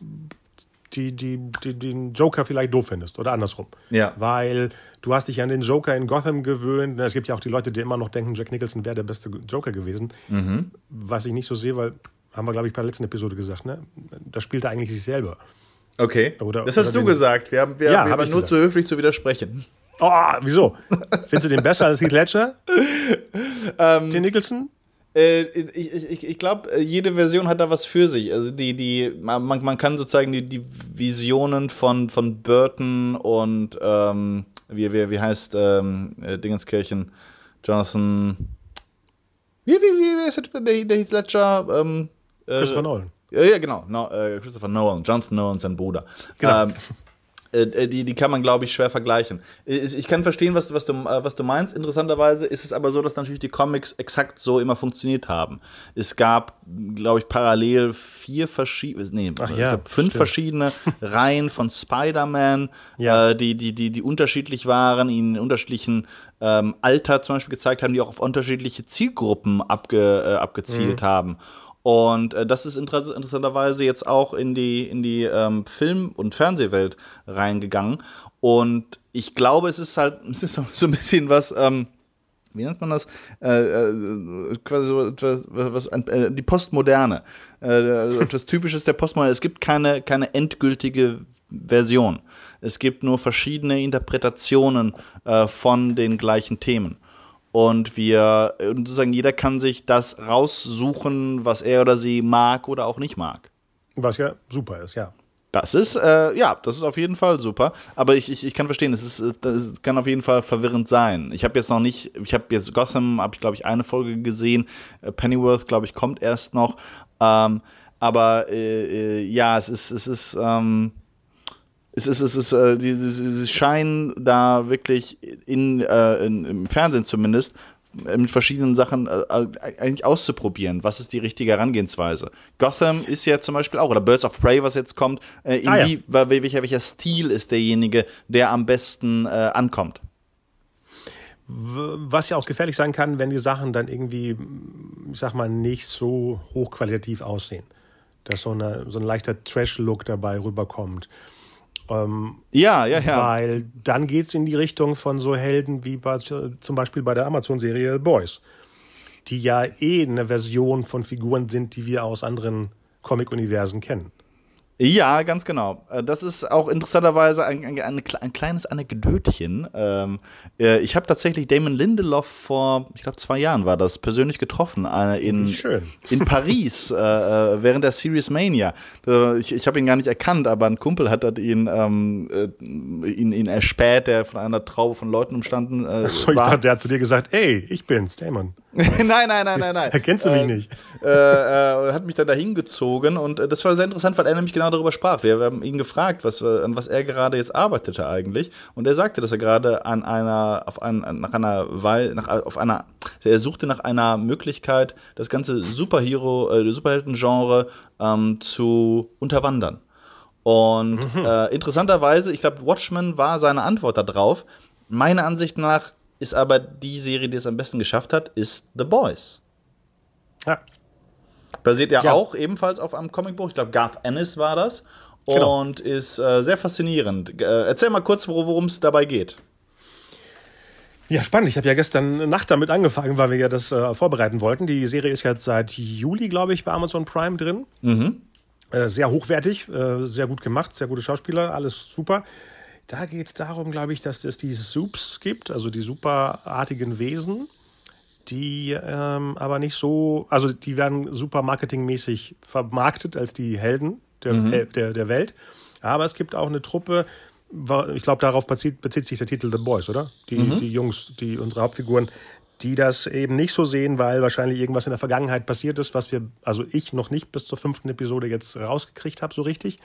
den Joker vielleicht doof findest oder andersrum. Ja. Weil du hast dich an den Joker in Gotham gewöhnt. Es gibt ja auch die Leute, die immer noch denken, Jack Nicholson wäre der beste Joker gewesen. Was ich nicht so sehe, weil, haben wir, glaube ich, bei der letzten Episode gesagt, ne? Da spielt er eigentlich sich selber. Okay, das hast du gesagt. Wir waren nur zu höflich zu widersprechen. Oh, wieso? Findest du den besser als Heath Ledger? Den Nicholson? Ich glaube, jede Version hat da was für sich. Also man kann sozusagen die Visionen von Burton und wie heißt Dingenskirchen? Jonathan. Wie ist der Heath Ledger? Christopher Nolan. Ja, genau. Christopher Nolan, Jonathan Nolan, sein Bruder. Genau. Die kann man, glaube ich, schwer vergleichen. Ich kann verstehen, was du meinst. Interessanterweise ist es aber so, dass natürlich die Comics exakt so immer funktioniert haben. Es gab, glaube ich, parallel 5 verschiedene Reihen von Spider-Man, die unterschiedlich waren, ihnen in unterschiedlichen Alter zum Beispiel gezeigt haben, die auch auf unterschiedliche Zielgruppen abgezielt haben. Und das ist interessanterweise jetzt auch in die Film- und Fernsehwelt reingegangen. Und ich glaube, es ist so ein bisschen was, wie nennt man das? Quasi so etwas, die Postmoderne. Etwas Typisches der Postmoderne. Es gibt keine endgültige Version. Es gibt nur verschiedene Interpretationen von den gleichen Themen. Und sozusagen jeder kann sich das raussuchen, was er oder sie mag oder auch nicht mag. Was ja super ist, ja. Das ist auf jeden Fall super. Aber ich kann verstehen, das kann auf jeden Fall verwirrend sein. Ich habe jetzt Gotham, glaube ich, eine Folge gesehen. Pennyworth, glaube ich, kommt erst noch. Sie scheinen da wirklich im Fernsehen zumindest mit verschiedenen Sachen eigentlich auszuprobieren. Was ist die richtige Herangehensweise? Gotham ist ja zum Beispiel auch, oder Birds of Prey, was jetzt kommt, welcher Stil ist derjenige, der am besten ankommt? Was ja auch gefährlich sein kann, wenn die Sachen dann irgendwie, ich sag mal, nicht so hochqualitativ aussehen. Dass so ein leichter Trash-Look dabei rüberkommt. Ja. Weil dann geht es in die Richtung von so Helden wie zum Beispiel bei der Amazon-Serie Boys, die ja eine Version von Figuren sind, die wir aus anderen Comic-Universen kennen. Ja, ganz genau. Das ist auch interessanterweise ein kleines Anekdötchen. Ich habe tatsächlich Damon Lindelof vor, ich glaube 2 Jahren war das, persönlich getroffen in Paris während der Series Mania. Ich habe ihn gar nicht erkannt, aber ein Kumpel hat ihn erspäht, der von einer Traube von Leuten umstanden war. Ich dachte, der hat zu dir gesagt, ey, ich bin's, Damon. Nein. Erkennst du mich nicht? Hat mich dann dahin gezogen und das war sehr interessant, weil er nämlich genau darüber sprach. Wir haben ihn gefragt, an was er gerade jetzt arbeitete eigentlich, und er sagte, dass er gerade er suchte nach einer Möglichkeit, das ganze Superhelden-Genre zu unterwandern. Und interessanterweise, ich glaube, Watchmen war seine Antwort darauf. Meiner Ansicht nach ist aber die Serie, die es am besten geschafft hat, ist The Boys. Ja. Basiert ja auch ebenfalls auf einem Comicbuch. Ich glaube, Garth Ennis war das. Und ist sehr faszinierend. Erzähl mal kurz, worum es dabei geht. Ja, spannend. Ich habe ja gestern Nacht damit angefangen, weil wir ja das vorbereiten wollten. Die Serie ist jetzt seit Juli, glaube ich, bei Amazon Prime drin. Sehr hochwertig, sehr gut gemacht, sehr gute Schauspieler, alles super. Da geht es darum, glaube ich, dass es die Supes gibt, also die superartigen Wesen, die aber nicht so, also die werden super marketingmäßig vermarktet als die Helden der Welt. Aber es gibt auch eine Truppe, ich glaube, darauf bezieht sich der Titel The Boys, oder? Die Jungs, unsere Hauptfiguren, die das eben nicht so sehen, weil wahrscheinlich irgendwas in der Vergangenheit passiert ist, was ich noch nicht bis zur 5. Episode jetzt rausgekriegt habe, so richtig.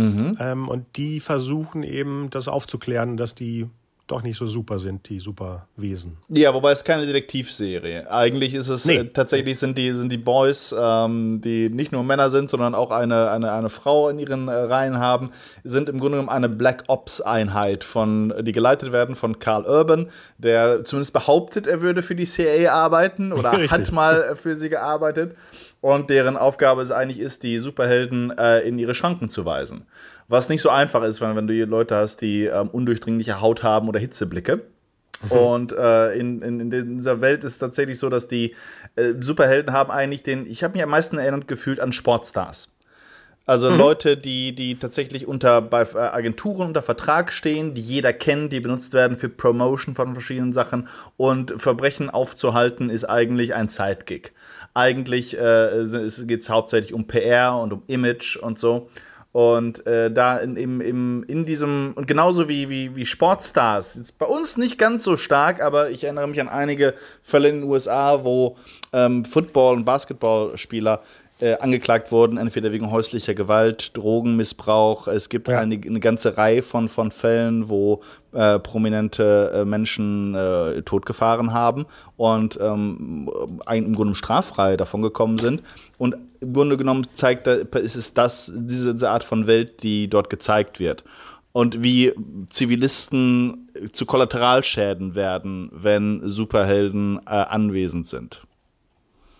Und die versuchen eben, das aufzuklären, dass die doch nicht so super sind, die Superwesen. Ja, wobei es keine Detektivserie. Eigentlich ist es tatsächlich sind die Boys, die nicht nur Männer sind, sondern auch eine Frau in ihren Reihen haben, sind im Grunde genommen eine Black Ops Einheit, die geleitet werden von Karl Urban, der zumindest behauptet, er würde für die CIA arbeiten oder hat mal für sie gearbeitet. Und deren Aufgabe es eigentlich ist, die Superhelden in ihre Schranken zu weisen. Was nicht so einfach ist, wenn du Leute hast, die undurchdringliche Haut haben oder Hitzeblicke. Und in dieser Welt ist es tatsächlich so, dass die Superhelden haben eigentlich ich habe mich am meisten erinnert gefühlt an Sportstars. Also Leute, die tatsächlich bei Agenturen unter Vertrag stehen, die jeder kennt, die benutzt werden für Promotion von verschiedenen Sachen. Und Verbrechen aufzuhalten ist eigentlich ein Sidegig. Eigentlich geht es hauptsächlich um PR und um Image und so. Und da in diesem, und genauso wie Sportstars, jetzt bei uns nicht ganz so stark, aber ich erinnere mich an einige Fälle in den USA, wo Football- und Basketballspieler angeklagt wurden, entweder wegen häuslicher Gewalt, Drogenmissbrauch. Es gibt eine ganze Reihe von Fällen, wo prominente Menschen totgefahren haben und im Grunde straffrei davon gekommen sind. Und im Grunde genommen ist es diese Art von Welt, die dort gezeigt wird. Und wie Zivilisten zu Kollateralschäden werden, wenn Superhelden anwesend sind.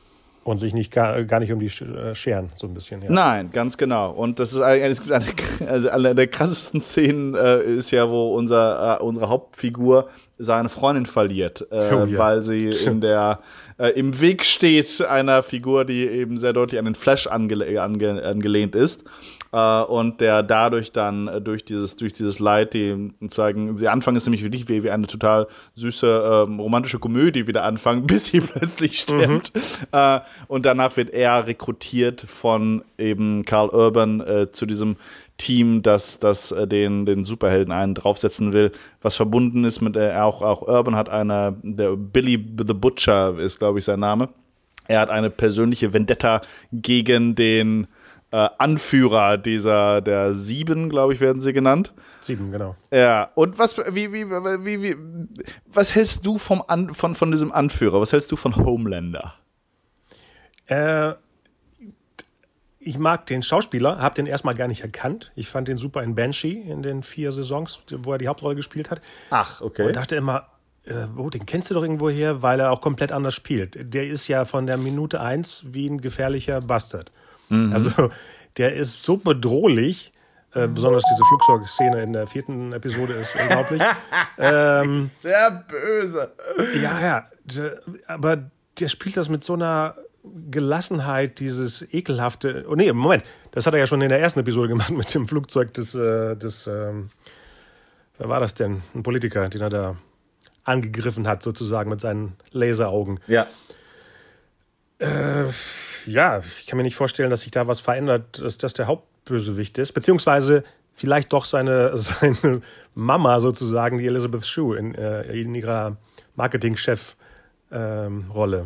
Und sich gar nicht um die scheren, so ein bisschen. Ja. Nein, ganz genau. Und das ist eine der krassesten Szenen ist ja, wo unsere Hauptfigur seine Freundin verliert, weil sie im Weg steht einer Figur, die eben sehr deutlich an den Flash angelehnt ist. Und der dadurch dann durch dieses Leid, der Anfang ist nämlich wirklich wie eine total süße romantische Komödie wieder anfangen, bis sie plötzlich stirbt. Und danach wird er rekrutiert von eben Karl Urban zu diesem Team, das den Superhelden einen draufsetzen will, was verbunden ist mit auch Urban hat der Billy the Butcher ist, glaube ich, sein Name. Er hat eine persönliche Vendetta gegen den Anführer der 7, glaube ich, werden sie genannt. 7, genau. Ja, und was hältst du von diesem Anführer? Was hältst du von Homelander? Ich mag den Schauspieler, habe den erstmal gar nicht erkannt. Ich fand den super in Banshee in den 4 Saisons, wo er die Hauptrolle gespielt hat. Ach, okay. Und dachte immer, den kennst du doch irgendwo her, weil er auch komplett anders spielt. Der ist ja von der Minute 1 wie ein gefährlicher Bastard. Also der ist so bedrohlich, besonders diese Flugzeugszene in der 4. Episode ist unglaublich. Sehr böse. Ja, aber der spielt das mit so einer Gelassenheit, dieses ekelhafte. Oh nee, Moment, das hat er ja schon in der ersten Episode gemacht mit dem Flugzeug wer war das denn? Ein Politiker, den er da angegriffen hat, sozusagen mit seinen Laseraugen. Ja. Ja, ich kann mir nicht vorstellen, dass sich da was verändert, dass das der Hauptbösewicht ist. Beziehungsweise vielleicht doch seine Mama sozusagen, die Elizabeth Shue in ihrer Marketingchef-Rolle.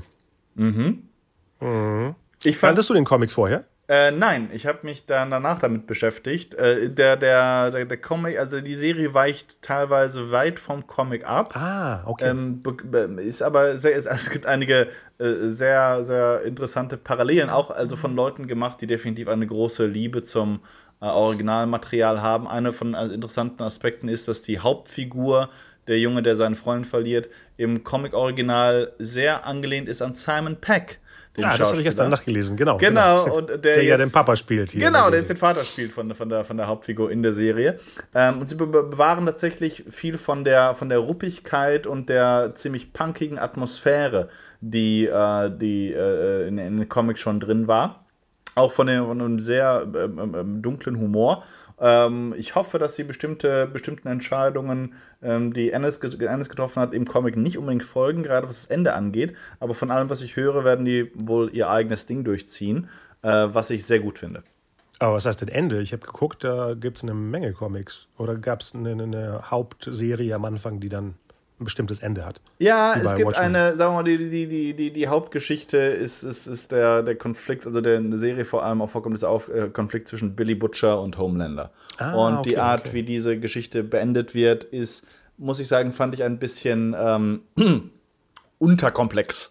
Kanntest du den Comic vorher? Nein, ich habe mich dann danach damit beschäftigt. Der Comic, also die Serie weicht teilweise weit vom Comic ab. Ah, okay. Ist aber es gibt einige sehr, sehr interessante Parallelen, auch also von Leuten gemacht, die definitiv eine große Liebe zum Originalmaterial haben. Einer von interessanten Aspekten ist, dass die Hauptfigur, der Junge, der seine Freundin verliert, im Comic-Original sehr angelehnt ist an Simon Pegg. Das habe ich gestern nachgelesen, genau. Und der ja den Papa spielt hier. Genau, der jetzt den Vater spielt von der Hauptfigur in der Serie. Und sie bewahren tatsächlich viel von der Ruppigkeit und der ziemlich punkigen Atmosphäre, die in den Comics schon drin war. Auch von einem sehr dunklen Humor. Ich hoffe, dass sie bestimmten Entscheidungen, die Ennis getroffen hat, im Comic nicht unbedingt folgen, gerade was das Ende angeht. Aber von allem, was ich höre, werden die wohl ihr eigenes Ding durchziehen, was ich sehr gut finde. Aber was heißt denn Ende? Ich habe geguckt, da gibt es eine Menge Comics. Oder gab es eine Hauptserie am Anfang, die dann ein bestimmtes Ende hat? Ja, es gibt eine, sagen wir mal, die Hauptgeschichte ist der Konflikt, also der Serie vor allem auch vorkommt, ist Konflikt zwischen Billy Butcher und Homelander. Und die Art, wie diese Geschichte beendet wird, ist, muss ich sagen, fand ich ein bisschen unterkomplex.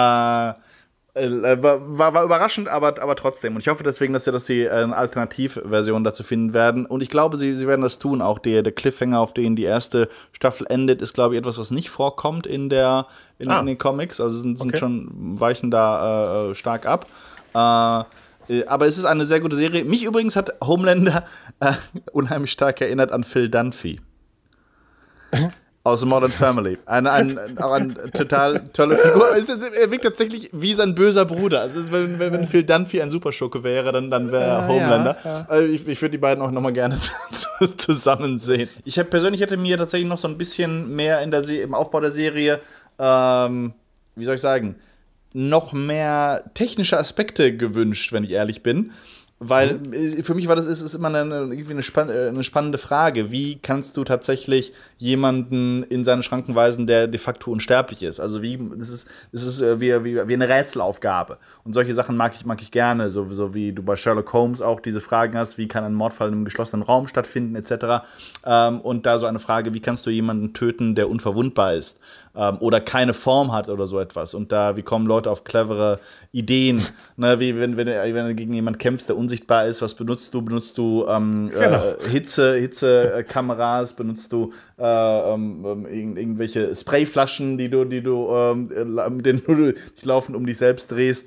War überraschend, aber trotzdem. Und ich hoffe deswegen, dass sie eine Alternativversion dazu finden werden. Und ich glaube, sie werden das tun. Auch der Cliffhanger, auf den die erste Staffel endet, ist, glaube ich, etwas, was nicht vorkommt in den Comics. Also sind schon weichen da stark ab. Aber es ist eine sehr gute Serie. Mich übrigens hat Homelander unheimlich stark erinnert an Phil Dunphy. Aus Modern Family. Eine total tolle Figur. Er wirkt tatsächlich wie sein böser Bruder. Also wenn Phil Dunphy ein Superschurke wäre, dann wäre er Homelander. Ja. Ich würde die beiden auch noch mal gerne zusammen sehen. Ich hätte mir tatsächlich noch so ein bisschen mehr im Aufbau der Serie, wie soll ich sagen, noch mehr technische Aspekte gewünscht, wenn ich ehrlich bin. Weil für mich ist immer eine spannende Frage. Wie kannst du tatsächlich jemanden in seine Schranken weisen, der de facto unsterblich ist? Also es ist wie eine Rätselaufgabe. Und solche Sachen mag ich gerne. So wie du bei Sherlock Holmes auch diese Fragen hast, wie kann ein Mordfall in einem geschlossenen Raum stattfinden, etc. Und da so eine Frage, wie kannst du jemanden töten, der unverwundbar ist? oder keine Form hat oder so etwas. Und wie kommen Leute auf clevere Ideen? Ne, wie wenn du gegen jemanden kämpfst, der unsichtbar ist, was benutzt du? Benutzt du Hitzekameras? Benutzt du irgendwelche Sprayflaschen, mit denen du dich laufend um dich selbst drehst?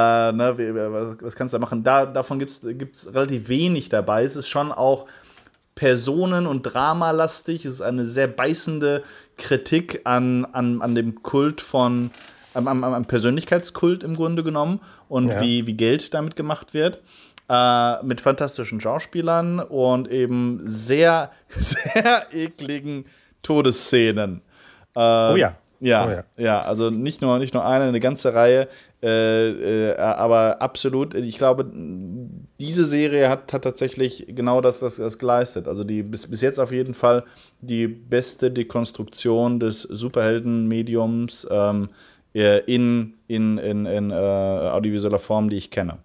Was kannst du da machen? Davon gibt's relativ wenig dabei. Es ist schon auch personen- und dramalastig. Es ist eine sehr beißende Kritik an dem Kult am Persönlichkeitskult im Grunde genommen und wie Geld damit gemacht wird. Mit fantastischen Schauspielern und eben sehr, sehr ekligen Todesszenen. Ja, also nicht nur eine ganze Reihe, aber absolut. Ich glaube, diese Serie hat tatsächlich genau das geleistet. Also die bis jetzt auf jeden Fall die beste Dekonstruktion des Superheldenmediums in audiovisueller Form, die ich kenne.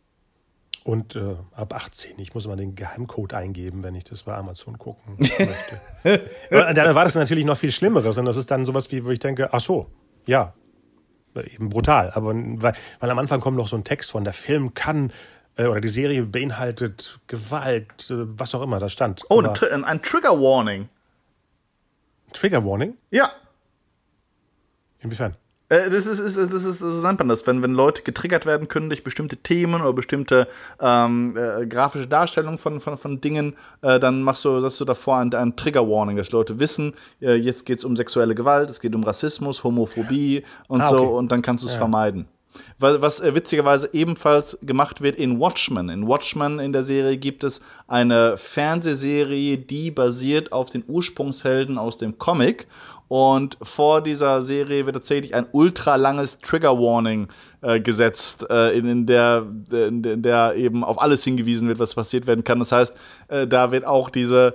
Und ab 18. Ich muss mal den Geheimcode eingeben, wenn ich das bei Amazon gucken möchte. Dann war das natürlich noch viel Schlimmeres. Und das ist dann sowas wie, wo ich denke, ach so, ja, eben brutal. Aber weil am Anfang kommt noch so ein Text von, der Film kann oder die Serie beinhaltet Gewalt, was auch immer da stand. Oh, ein Trigger Warning. Trigger Warning? Ja. Inwiefern? Das ist, so nennt man das, wenn Leute getriggert werden können durch bestimmte Themen oder bestimmte grafische Darstellungen von Dingen, dann sagst du davor ein Trigger-Warning, dass Leute wissen, jetzt geht es um sexuelle Gewalt, es geht um Rassismus, Homophobie und so, und dann kannst du es vermeiden. Was witzigerweise ebenfalls gemacht wird in Watchmen. In Watchmen in der Serie gibt es eine Fernsehserie, die basiert auf den Ursprungshelden aus dem Comic. Und vor dieser Serie wird tatsächlich ein ultra langes Trigger-Warning gesetzt, in der eben auf alles hingewiesen wird, was passiert werden kann. Das heißt, da wird auch diese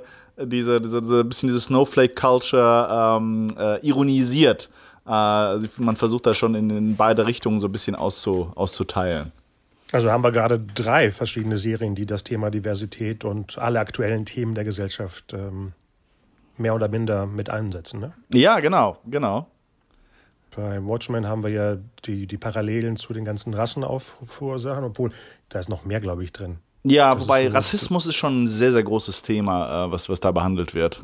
Snowflake-Culture ironisiert. Also man versucht da schon in beide Richtungen so ein bisschen auszuteilen. Also haben wir gerade 3 verschiedene Serien, die das Thema Diversität und alle aktuellen Themen der Gesellschaft mehr oder minder mit einsetzen, ne? Ja, genau. Bei Watchmen haben wir ja die Parallelen zu den ganzen Rassenaufruhrsachen, obwohl da ist noch mehr, glaube ich, drin. Ja, wobei Rassismus ist schon ein sehr, sehr großes Thema, was da behandelt wird.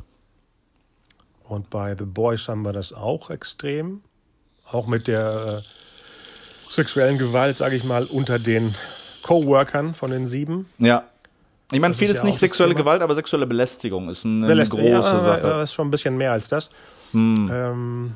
Und bei The Boys haben wir das auch extrem. Auch mit der sexuellen Gewalt, sage ich mal, unter den Coworkern von den 7. Ja. Ich meine, viel ist nicht sexuelle Gewalt, aber sexuelle Belästigung ist eine große Sache. Das ist schon ein bisschen mehr als das. Und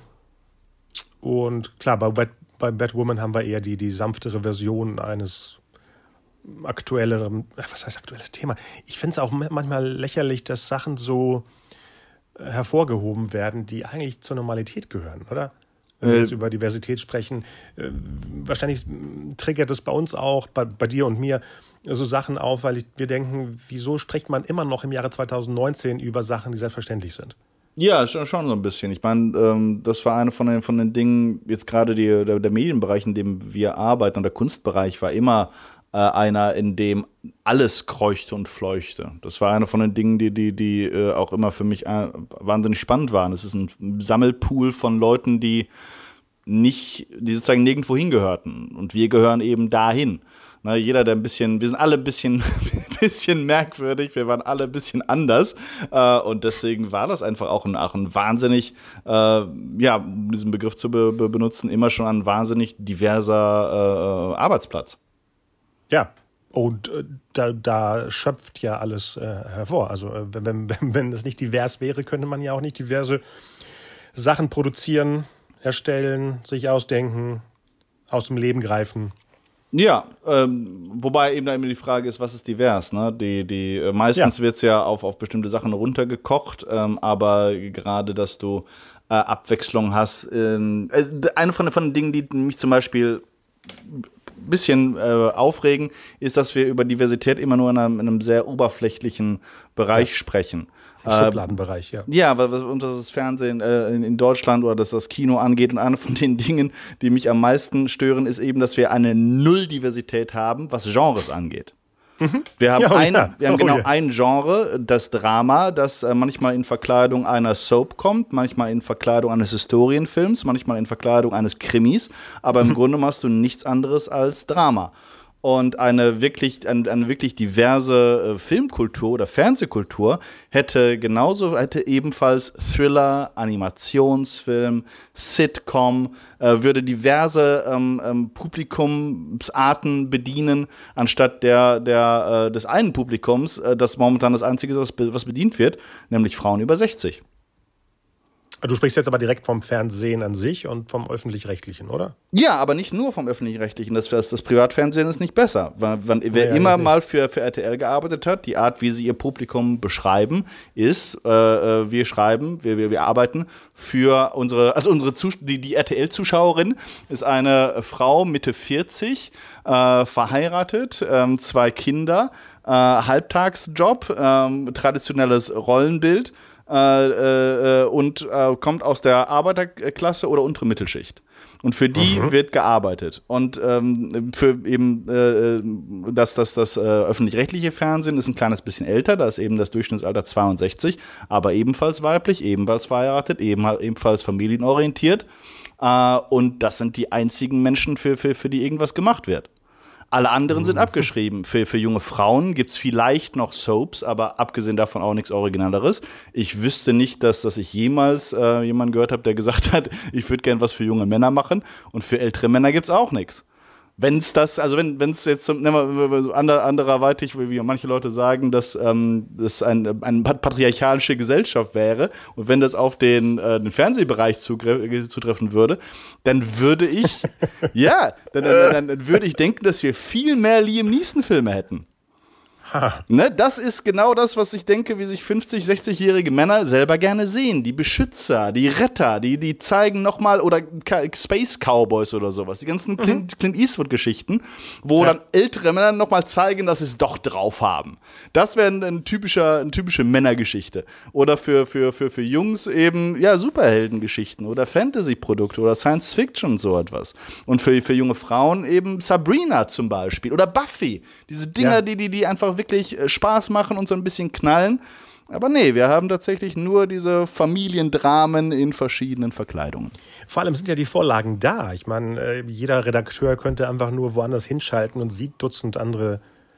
klar, bei Batwoman haben wir eher die sanftere Version eines aktuelleren, was heißt aktuelles Thema? Ich finde es auch manchmal lächerlich, dass Sachen so hervorgehoben werden, die eigentlich zur Normalität gehören, oder? Wenn wir jetzt über Diversität sprechen, wahrscheinlich triggert es bei uns auch, bei dir und mir, so Sachen auf, weil wir denken, wieso spricht man immer noch im Jahre 2019 über Sachen, die selbstverständlich sind? Ja, schon so ein bisschen. Ich meine, das war eine von den Dingen, jetzt gerade der Medienbereich, in dem wir arbeiten, und der Kunstbereich war immer einer, in dem alles kreuchte und fleuchte. Das war eine von den Dingen, die auch immer für mich wahnsinnig spannend waren. Es ist ein Sammelpool von Leuten, die sozusagen nirgendwo hingehörten. Und wir gehören eben dahin. Na, jeder, der wir sind alle ein bisschen merkwürdig, wir waren alle ein bisschen anders. Und deswegen war das einfach auch ein wahnsinnig, um diesen Begriff zu benutzen, immer schon ein wahnsinnig diverser Arbeitsplatz. Ja, und da schöpft ja alles hervor. Also wenn es nicht divers wäre, könnte man ja auch nicht diverse Sachen produzieren, erstellen, sich ausdenken, aus dem Leben greifen. Ja, wobei eben da immer die Frage ist, was ist divers, ne? Meistens wird es ja auf bestimmte Sachen runtergekocht, aber gerade, dass du Abwechslung hast. Eine von den Dingen, die mich zum Beispiel ein bisschen aufregen, ist, dass wir über Diversität immer nur in einem sehr oberflächlichen Bereich sprechen. Schubladenbereich, ja. Ja, was unter das Fernsehen in Deutschland oder das Kino angeht. Und eine von den Dingen, die mich am meisten stören, ist eben, dass wir eine Null-Diversität haben, was Genres angeht. Wir haben ein Genre, das Drama, das manchmal in Verkleidung einer Soap kommt, manchmal in Verkleidung eines Historienfilms, manchmal in Verkleidung eines Krimis, aber im Grunde machst du nichts anderes als Drama. Und eine wirklich diverse Filmkultur oder Fernsehkultur hätte ebenfalls Thriller, Animationsfilm, Sitcom, würde diverse Publikumsarten bedienen, anstatt des einen Publikums, das momentan das einzige ist, was bedient wird, nämlich Frauen über 60. Du sprichst jetzt aber direkt vom Fernsehen an sich und vom Öffentlich-Rechtlichen, oder? Ja, aber nicht nur vom Öffentlich-Rechtlichen. Das Privatfernsehen ist nicht besser. Wer mal für RTL gearbeitet hat, die Art, wie sie ihr Publikum beschreiben, ist, wir arbeiten für die RTL-Zuschauerin ist eine Frau Mitte 40, verheiratet, 2 Kinder, Halbtagsjob, traditionelles Rollenbild, und kommt aus der Arbeiterklasse oder untere Mittelschicht. Und für die wird gearbeitet. Und für eben das öffentlich-rechtliche Fernsehen ist ein kleines bisschen älter, da ist eben das Durchschnittsalter 62, aber ebenfalls weiblich, ebenfalls verheiratet, ebenfalls familienorientiert. Und das sind die einzigen Menschen, für die irgendwas gemacht wird. Alle anderen sind abgeschrieben. Für junge Frauen gibt es vielleicht noch Soaps, aber abgesehen davon auch nichts Originaleres. Ich wüsste nicht, dass ich jemals jemanden gehört habe, der gesagt hat, ich würde gern was für junge Männer machen. Und für ältere Männer gibt es auch nichts. Wenn es jetzt anderweitig, wie manche Leute sagen, dass das eine patriarchalische Gesellschaft wäre und wenn das auf den Fernsehbereich zutreffen würde, dann würde ich dann würde ich denken, dass wir viel mehr Liam Neeson-Filme hätten. Ne, das ist genau das, was ich denke, wie sich 50-, 60-jährige Männer selber gerne sehen. Die Beschützer, die Retter, die zeigen nochmal, oder Space Cowboys oder sowas. Die ganzen Clint Eastwood-Geschichten, wo dann ältere Männer nochmal zeigen, dass sie es doch drauf haben. Das wäre eine typische Männergeschichte. Oder für Jungs eben, Superheldengeschichten oder Fantasy-Produkte oder Science-Fiction und so etwas. Und für junge Frauen eben Sabrina zum Beispiel oder Buffy. Diese Dinger, die einfach wirklich Spaß machen und so ein bisschen knallen. Aber nee, wir haben tatsächlich nur diese Familiendramen in verschiedenen Verkleidungen. Vor allem sind ja die Vorlagen da. Ich meine, jeder Redakteur könnte einfach nur woanders hinschalten und sieht Dutzend andere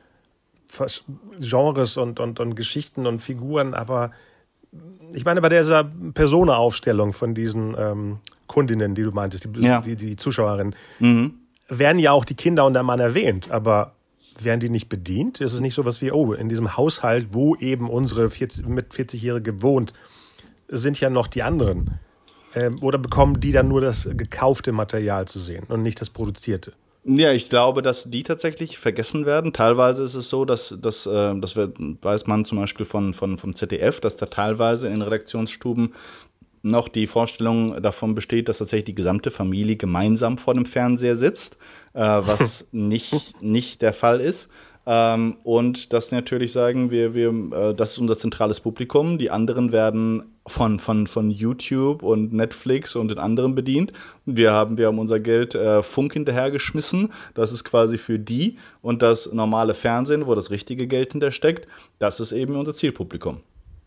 Genres und Geschichten und Figuren. Aber ich meine, bei dieser Personenaufstellung von diesen Kundinnen, die du meintest, die Zuschauerinnen, werden ja auch die Kinder und der Mann erwähnt. Aber werden die nicht bedient? Ist es nicht so was wie, in diesem Haushalt, wo eben unsere 40-Jährige wohnt, sind ja noch die anderen. Oder bekommen die dann nur das gekaufte Material zu sehen und nicht das produzierte? Ja, ich glaube, dass die tatsächlich vergessen werden. Teilweise ist es so, dass weiß man zum Beispiel vom ZDF, dass da teilweise in Redaktionsstuben noch die Vorstellung davon besteht, dass tatsächlich die gesamte Familie gemeinsam vor dem Fernseher sitzt, was nicht der Fall ist. Und dass natürlich sagen, das ist unser zentrales Publikum, die anderen werden von YouTube und Netflix und den anderen bedient. Wir haben unser Geld Funk hinterhergeschmissen, das ist quasi für die, und das normale Fernsehen, wo das richtige Geld hintersteckt, das ist eben unser Zielpublikum.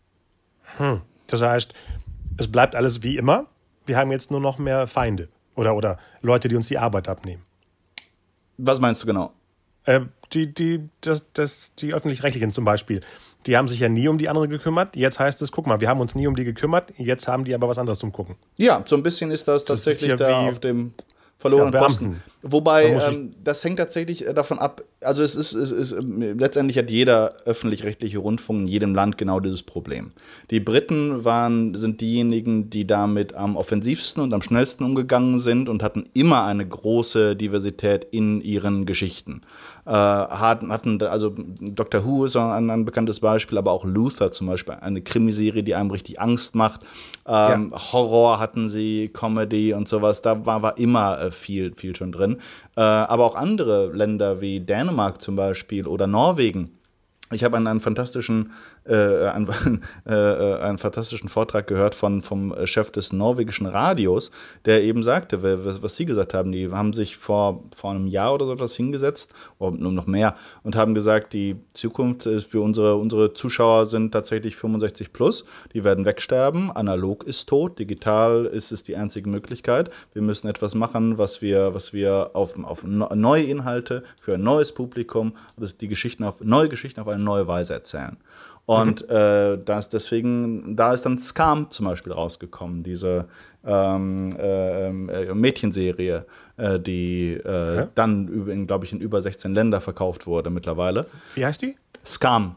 Das heißt, es bleibt alles wie immer. Wir haben jetzt nur noch mehr Feinde oder Leute, die uns die Arbeit abnehmen. Was meinst du genau? Die Öffentlich-Rechtlichen zum Beispiel, die haben sich ja nie um die anderen gekümmert. Jetzt heißt es, guck mal, wir haben uns nie um die gekümmert, jetzt haben die aber was anderes zum Gucken. Ja, so ein bisschen ist das tatsächlich ist ja auf dem verlorenen Posten. Wobei, das hängt tatsächlich davon ab, also es ist letztendlich hat jeder öffentlich-rechtliche Rundfunk in jedem Land genau dieses Problem. Die Briten sind diejenigen, die damit am offensivsten und am schnellsten umgegangen sind und hatten immer eine große Diversität in ihren Geschichten. Hatten also Doctor Who ist ein bekanntes Beispiel, aber auch Luther zum Beispiel, eine Krimiserie, die einem richtig Angst macht. Horror hatten sie, Comedy und sowas, da war immer viel schon drin. Aber auch andere Länder wie Dänemark zum Beispiel oder Norwegen. Ich habe einen fantastischen einen fantastischen Vortrag gehört vom Chef des norwegischen Radios, der eben sagte, was Sie gesagt haben, die haben sich vor einem Jahr oder so etwas hingesetzt, oder nur noch mehr, und haben gesagt, die Zukunft ist für unsere Zuschauer sind tatsächlich 65 plus, die werden wegsterben, analog ist tot, digital ist es die einzige Möglichkeit. Wir müssen etwas machen, was wir auf neue Inhalte für ein neues Publikum, also neue Geschichten auf eine neue Weise erzählen. Und da ist dann Skam zum Beispiel rausgekommen, diese Mädchenserie, die dann, glaube ich, in über 16 Länder verkauft wurde mittlerweile. Wie heißt die? Skam.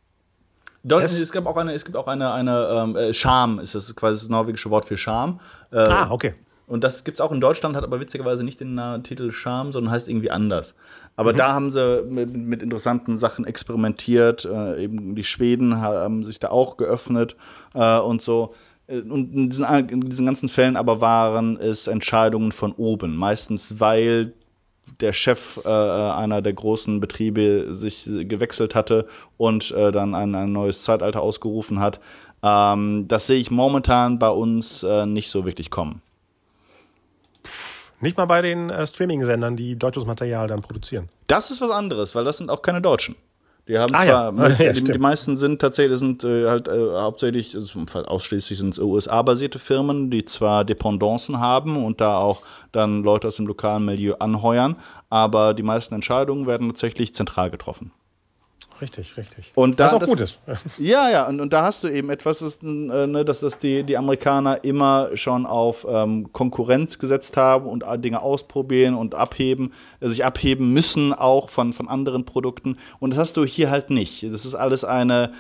Es gibt auch eine Scham, ist das quasi das norwegische Wort für Scham. Okay. Und das gibt es auch in Deutschland, hat aber witzigerweise nicht den Titel Scham, sondern heißt irgendwie anders. Aber da haben sie mit interessanten Sachen experimentiert. Eben die Schweden haben sich da auch geöffnet und so. Und in diesen ganzen Fällen aber waren es Entscheidungen von oben. Meistens, weil der Chef einer der großen Betriebe sich gewechselt hatte und dann ein neues Zeitalter ausgerufen hat. Das sehe ich momentan bei uns nicht so wirklich kommen. Nicht mal bei den Streaming-Sendern, die deutsches Material dann produzieren. Das ist was anderes, weil das sind auch keine Deutschen. Die haben die meisten sind tatsächlich hauptsächlich, ausschließlich sind es USA-basierte Firmen, die zwar Dependancen haben und da auch dann Leute aus dem lokalen Milieu anheuern, aber die meisten Entscheidungen werden tatsächlich zentral getroffen. Richtig. Und was auch gut ist. Ja, und da hast du eben etwas, dass die Amerikaner immer schon auf Konkurrenz gesetzt haben und Dinge ausprobieren und sich abheben müssen auch von anderen Produkten. Und das hast du hier halt nicht. Das ist alles eine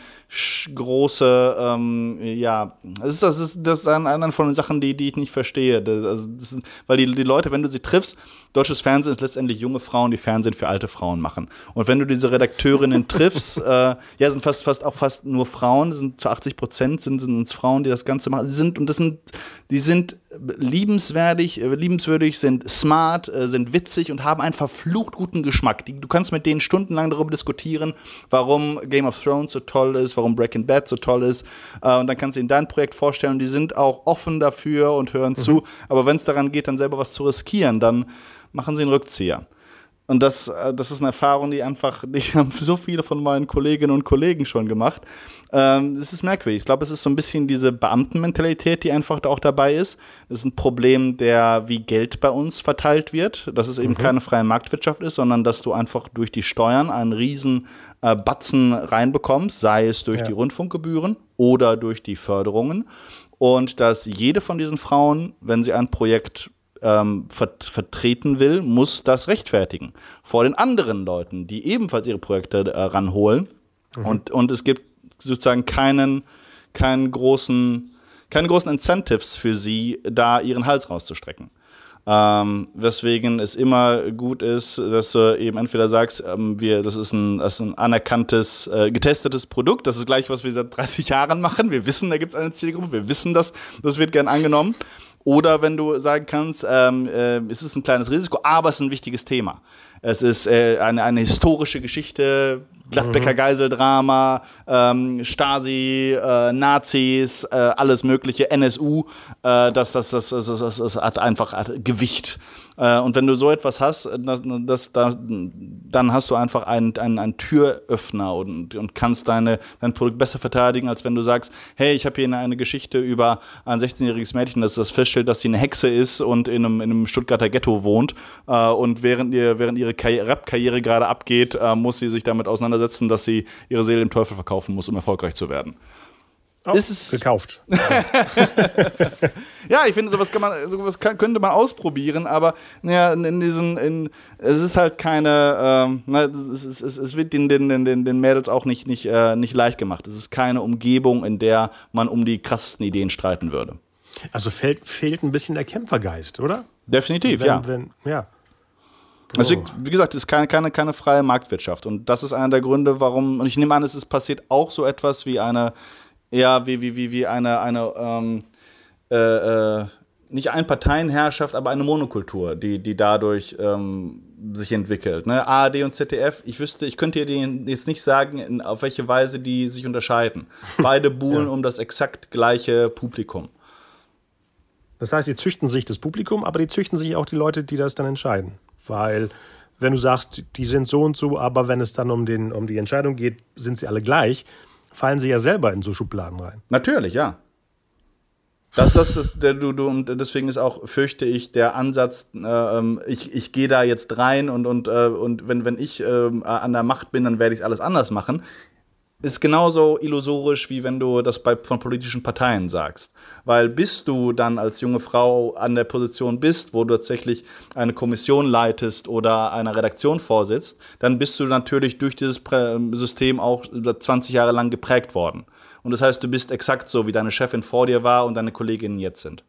große, das ist eine von den Sachen, die ich nicht verstehe. Weil die Leute, wenn du sie triffst, deutsches Fernsehen ist letztendlich junge Frauen, die Fernsehen für alte Frauen machen. Und wenn du diese Redakteurinnen triffst, sind fast nur Frauen, sind zu 80% sind es Frauen, die das Ganze machen. Die sind liebenswürdig, sind smart, sind witzig und haben einen verflucht guten Geschmack. Du kannst mit denen stundenlang darüber diskutieren, warum Game of Thrones so toll ist, warum Breaking Bad so toll ist. Und dann kannst du ihnen dein Projekt vorstellen. Die sind auch offen dafür und hören zu. Aber wenn es daran geht, dann selber was zu riskieren, dann machen sie einen Rückzieher. Und das ist eine Erfahrung, die haben so viele von meinen Kolleginnen und Kollegen schon gemacht. Das ist merkwürdig. Ich glaube, es ist so ein bisschen diese Beamtenmentalität, die einfach auch dabei ist. Das ist ein Problem, wie Geld bei uns verteilt wird. Dass es eben keine freie Marktwirtschaft ist, sondern dass du einfach durch die Steuern einen riesen Batzen reinbekommst, sei es durch die Rundfunkgebühren oder durch die Förderungen. Und dass jede von diesen Frauen, wenn sie ein Projekt vertreten will, muss das rechtfertigen vor den anderen Leuten, die ebenfalls ihre Projekte ranholen. Und es gibt sozusagen keine großen Incentives für sie, da ihren Hals rauszustrecken. Weswegen es immer gut ist, dass du eben entweder sagst, das ist ein anerkanntes, getestetes Produkt, das ist gleich, was wir seit 30 Jahren machen. Wir wissen, da gibt es eine Zielgruppe, wir wissen, das wird gern angenommen. Oder wenn du sagen kannst, es ist ein kleines Risiko, aber es ist ein wichtiges Thema. Es ist eine historische Geschichte, Gladbecker Geiseldrama, Stasi, Nazis, alles mögliche, NSU, das hat einfach Gewicht. Und wenn du so etwas hast, dann hast du einfach einen Türöffner und kannst dein Produkt besser verteidigen, als wenn du sagst, hey, ich habe hier eine Geschichte über ein 16-jähriges Mädchen, das feststellt, dass sie eine Hexe ist und in einem Stuttgarter Ghetto wohnt. Und während ihre Rap-Karriere gerade abgeht, muss sie sich damit auseinandersetzen, dass sie ihre Seele dem Teufel verkaufen muss, um erfolgreich zu werden. Oh, gekauft. Ja, ich finde, sowas könnte man ausprobieren, aber ja, es ist halt keine, es wird den Mädels auch nicht leicht gemacht. Es ist keine Umgebung, in der man um die krassesten Ideen streiten würde. Also fehlt ein bisschen der Kämpfergeist, oder? Definitiv, ja. Also, wie gesagt, es ist keine freie Marktwirtschaft. Und das ist einer der Gründe, warum, und ich nehme an, es passiert auch so etwas wie eine nicht Einparteienherrschaft, aber eine Monokultur, die dadurch sich entwickelt. Ne? ARD und ZDF, ich könnte dir jetzt nicht sagen, auf welche Weise die sich unterscheiden. Beide buhlen um das exakt gleiche Publikum. Das heißt, die züchten sich das Publikum, aber die züchten sich auch die Leute, die das dann entscheiden. Weil, wenn du sagst, die sind so und so, aber wenn es dann um die Entscheidung geht, sind sie alle gleich, fallen sie ja selber in so Schubladen rein. Natürlich, ja. Das ist und deswegen ist auch, fürchte ich, der Ansatz, ich gehe da jetzt rein und wenn ich an der Macht bin, dann werde ich alles anders machen, ist genauso illusorisch, wie wenn du das von politischen Parteien sagst. Weil bis du dann als junge Frau an der Position bist, wo du tatsächlich eine Kommission leitest oder einer Redaktion vorsitzt, dann bist du natürlich durch dieses System auch 20 Jahre lang geprägt worden. Und das heißt, du bist exakt so, wie deine Chefin vor dir war und deine Kolleginnen jetzt sind.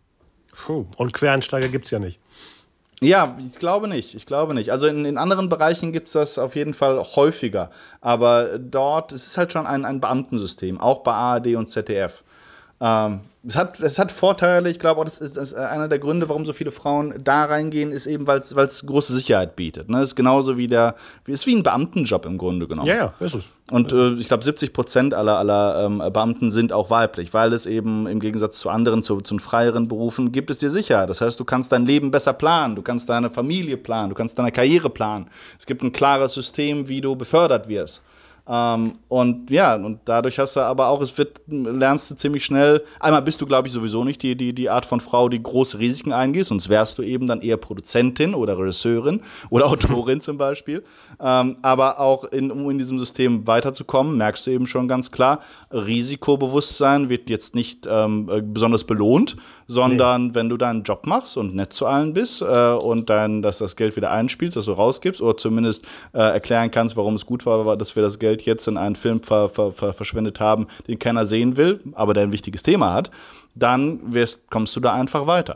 Und Quereinsteiger gibt es ja nicht. Ja, ich glaube nicht. Also in anderen Bereichen gibt es das auf jeden Fall häufiger. Aber dort ist es halt schon ein Beamtensystem, auch bei ARD und ZDF. Es hat Vorteile. Ich glaube auch, das ist einer der Gründe, warum so viele Frauen da reingehen, ist eben, weil es große Sicherheit bietet. Ne? Es ist genauso wie ein Beamtenjob im Grunde genommen. Ja, ist es. Und ich glaube, 70% aller Beamten sind auch weiblich, weil es eben im Gegensatz zu anderen, zu freieren Berufen, gibt es dir Sicherheit. Das heißt, du kannst dein Leben besser planen, du kannst deine Familie planen, du kannst deine Karriere planen. Es gibt ein klares System, wie du befördert wirst. Und dadurch hast du aber auch, lernst du ziemlich schnell, einmal bist du, glaube ich, sowieso nicht die Art von Frau, die große Risiken eingeht, sonst wärst du eben dann eher Produzentin oder Regisseurin oder Autorin zum Beispiel. Aber auch um in diesem System weiterzukommen, merkst du eben schon ganz klar, Risikobewusstsein wird jetzt nicht besonders belohnt, sondern wenn du deinen Job machst und nett zu allen bist und dann, dass das Geld wieder einspielst, dass du rausgibst oder zumindest erklären kannst, warum es gut war, dass wir das Geld jetzt in einen Film verschwendet haben, den keiner sehen will, aber der ein wichtiges Thema hat, dann kommst du da einfach weiter.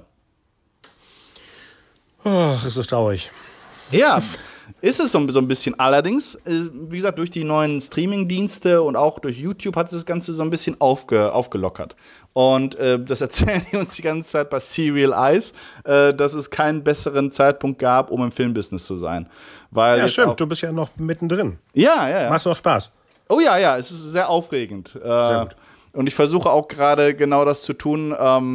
Ach, ist das traurig. Ja, ist es so ein bisschen. Allerdings, wie gesagt, durch die neuen Streaming-Dienste und auch durch YouTube hat das Ganze so ein bisschen aufgelockert. Und das erzählen die uns die ganze Zeit bei Serial Eyes, dass es keinen besseren Zeitpunkt gab, um im Filmbusiness zu sein. Weil ja, stimmt, du bist ja noch mittendrin. Ja. Machst du noch Spaß? Oh ja, es ist sehr aufregend. Sehr gut. Und ich versuche auch gerade genau das zu tun,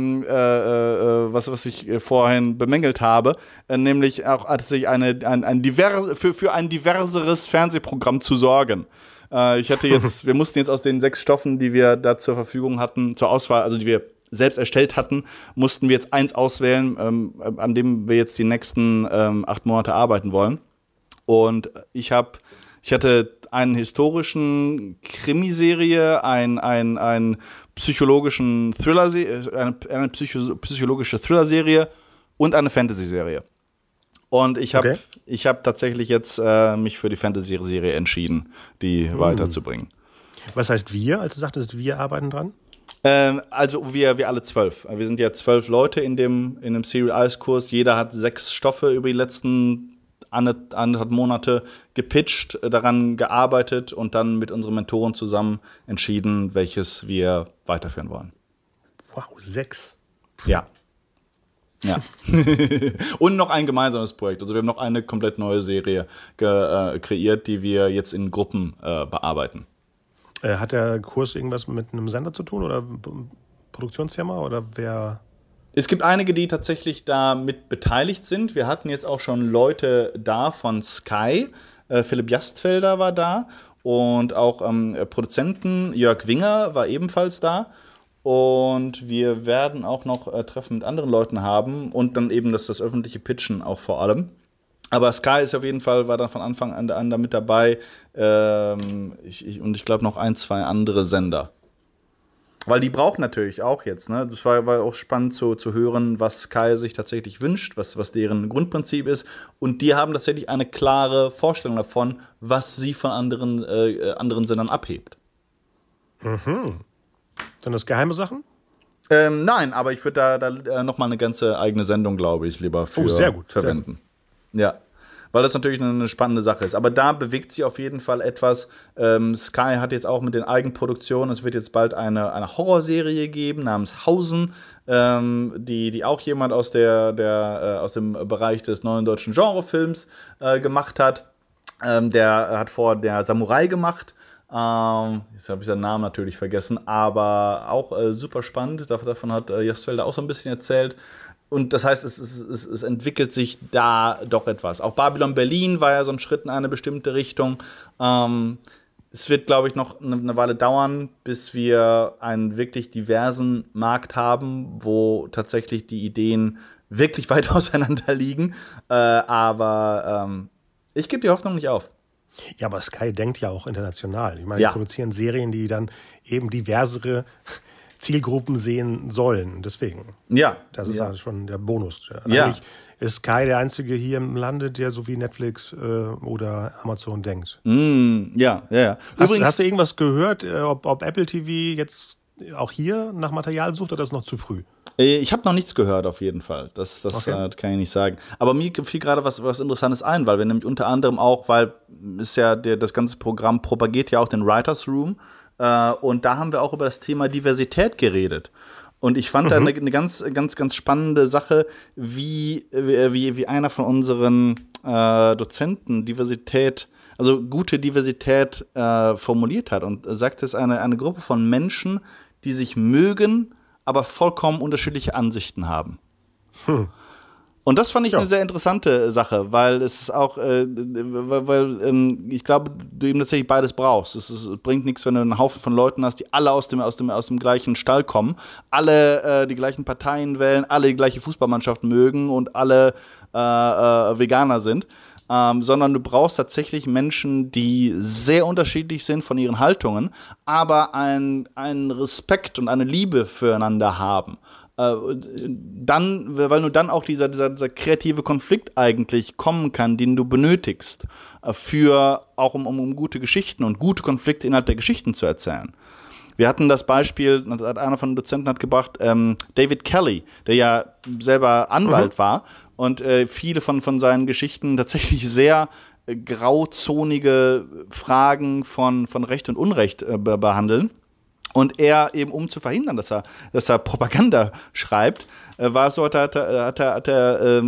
was ich vorhin bemängelt habe, nämlich auch tatsächlich für ein diverseres Fernsehprogramm zu sorgen. Wir mussten jetzt aus den 6 Stoffen, die wir da zur Verfügung hatten, zur Auswahl, also die wir selbst erstellt hatten, mussten wir jetzt 1 auswählen, an dem wir jetzt die nächsten 8 Monate arbeiten wollen. Und ich hatte einen historischen Krimiserie, einen psychologischen eine psychologische Thriller-Serie und eine Fantasy-Serie. Und ich habe tatsächlich jetzt mich für die Fantasy-Serie entschieden, die weiterzubringen. Was heißt wir, als du sagtest, wir arbeiten dran? Also wir alle 12. Wir sind ja 12 Leute in dem Serial Eyes-Kurs. Jeder hat 6 Stoffe über die letzten 1,5 Monate gepitcht, daran gearbeitet und dann mit unseren Mentoren zusammen entschieden, welches wir weiterführen wollen. Wow, 6. Ja. Und noch ein gemeinsames Projekt. Also wir haben noch eine komplett neue Serie kreiert, die wir jetzt in Gruppen bearbeiten. Hat der Kurs irgendwas mit einem Sender zu tun oder Produktionsfirma oder wer? Es gibt einige, die tatsächlich da mit beteiligt sind. Wir hatten jetzt auch schon Leute da von Sky. Philipp Jastfelder war da und auch Produzenten Jörg Winger war ebenfalls da. Und wir werden auch noch Treffen mit anderen Leuten haben und dann eben das öffentliche Pitchen auch vor allem. Aber Sky ist auf jeden Fall, war dann von Anfang an da mit dabei. Und ich glaube noch 1, 2 andere Sender. Weil die braucht natürlich auch jetzt, ne? Das war auch spannend zu hören, was Sky sich tatsächlich wünscht, was deren Grundprinzip ist. Und die haben tatsächlich eine klare Vorstellung davon, was sie von anderen Sendern abhebt. Mhm. Sind das geheime Sachen? Nein, aber ich würde da noch mal eine ganze eigene Sendung, glaube ich, lieber für sehr gut, verwenden. Sehr gut. Ja. weil das natürlich eine spannende Sache ist. Aber da bewegt sich auf jeden Fall etwas. Sky hat jetzt auch mit den Eigenproduktionen, es wird jetzt bald eine Horrorserie geben namens Hausen, die auch jemand aus dem Bereich des neuen deutschen Genrefilms gemacht hat. Der hat vor der Samurai gemacht. Jetzt habe ich seinen Namen natürlich vergessen, aber auch super spannend. Davon hat Jasfelder auch so ein bisschen erzählt. Und das heißt, es entwickelt sich da doch etwas. Auch Babylon Berlin war ja so ein Schritt in eine bestimmte Richtung. Es wird, glaube ich, noch eine Weile dauern, bis wir einen wirklich diversen Markt haben, wo tatsächlich die Ideen wirklich weit auseinander liegen. Aber ich gebe die Hoffnung nicht auf. Ja, aber Sky denkt ja auch international. Ich meine, die produzieren Serien, die dann eben diversere Zielgruppen sehen sollen. Deswegen. Ja. Das ist halt schon der Bonus. Eigentlich ist Sky der einzige hier im Lande, der so wie Netflix oder Amazon denkt. Ja. Hast du irgendwas gehört, ob Apple TV jetzt auch hier nach Material sucht oder ist noch zu früh? Ich habe noch nichts gehört, auf jeden Fall. Das kann ich nicht sagen. Aber mir fiel gerade was Interessantes ein, weil wir nämlich unter anderem auch, weil ist ja das ganze Programm propagiert ja auch den Writers Room. Und da haben wir auch über das Thema Diversität geredet. Und ich fand da eine ganz, ganz, ganz spannende Sache, wie einer von unseren Dozenten gute Diversität formuliert hat. Und sagt, es ist eine Gruppe von Menschen, die sich mögen, aber vollkommen unterschiedliche Ansichten haben. Und das fand ich eine sehr interessante Sache, weil es ist auch, ich glaube, du eben tatsächlich beides brauchst. Es bringt nichts, wenn du einen Haufen von Leuten hast, die alle aus dem gleichen Stall kommen, alle die gleichen Parteien wählen, alle die gleiche Fußballmannschaft mögen und alle Veganer sind. Sondern du brauchst tatsächlich Menschen, die sehr unterschiedlich sind von ihren Haltungen, aber einen Respekt und eine Liebe füreinander haben. Weil nur dann auch dieser kreative Konflikt eigentlich kommen kann, den du benötigst, um gute Geschichten und gute Konflikte innerhalb der Geschichten zu erzählen. Wir hatten das Beispiel, einer von den Dozenten hat gebracht, David Kelly, der ja selber Anwalt war und viele von seinen Geschichten tatsächlich sehr grauzonige Fragen von Recht und Unrecht behandeln. Und er eben, um zu verhindern, dass er Propaganda schreibt, war es so, hat er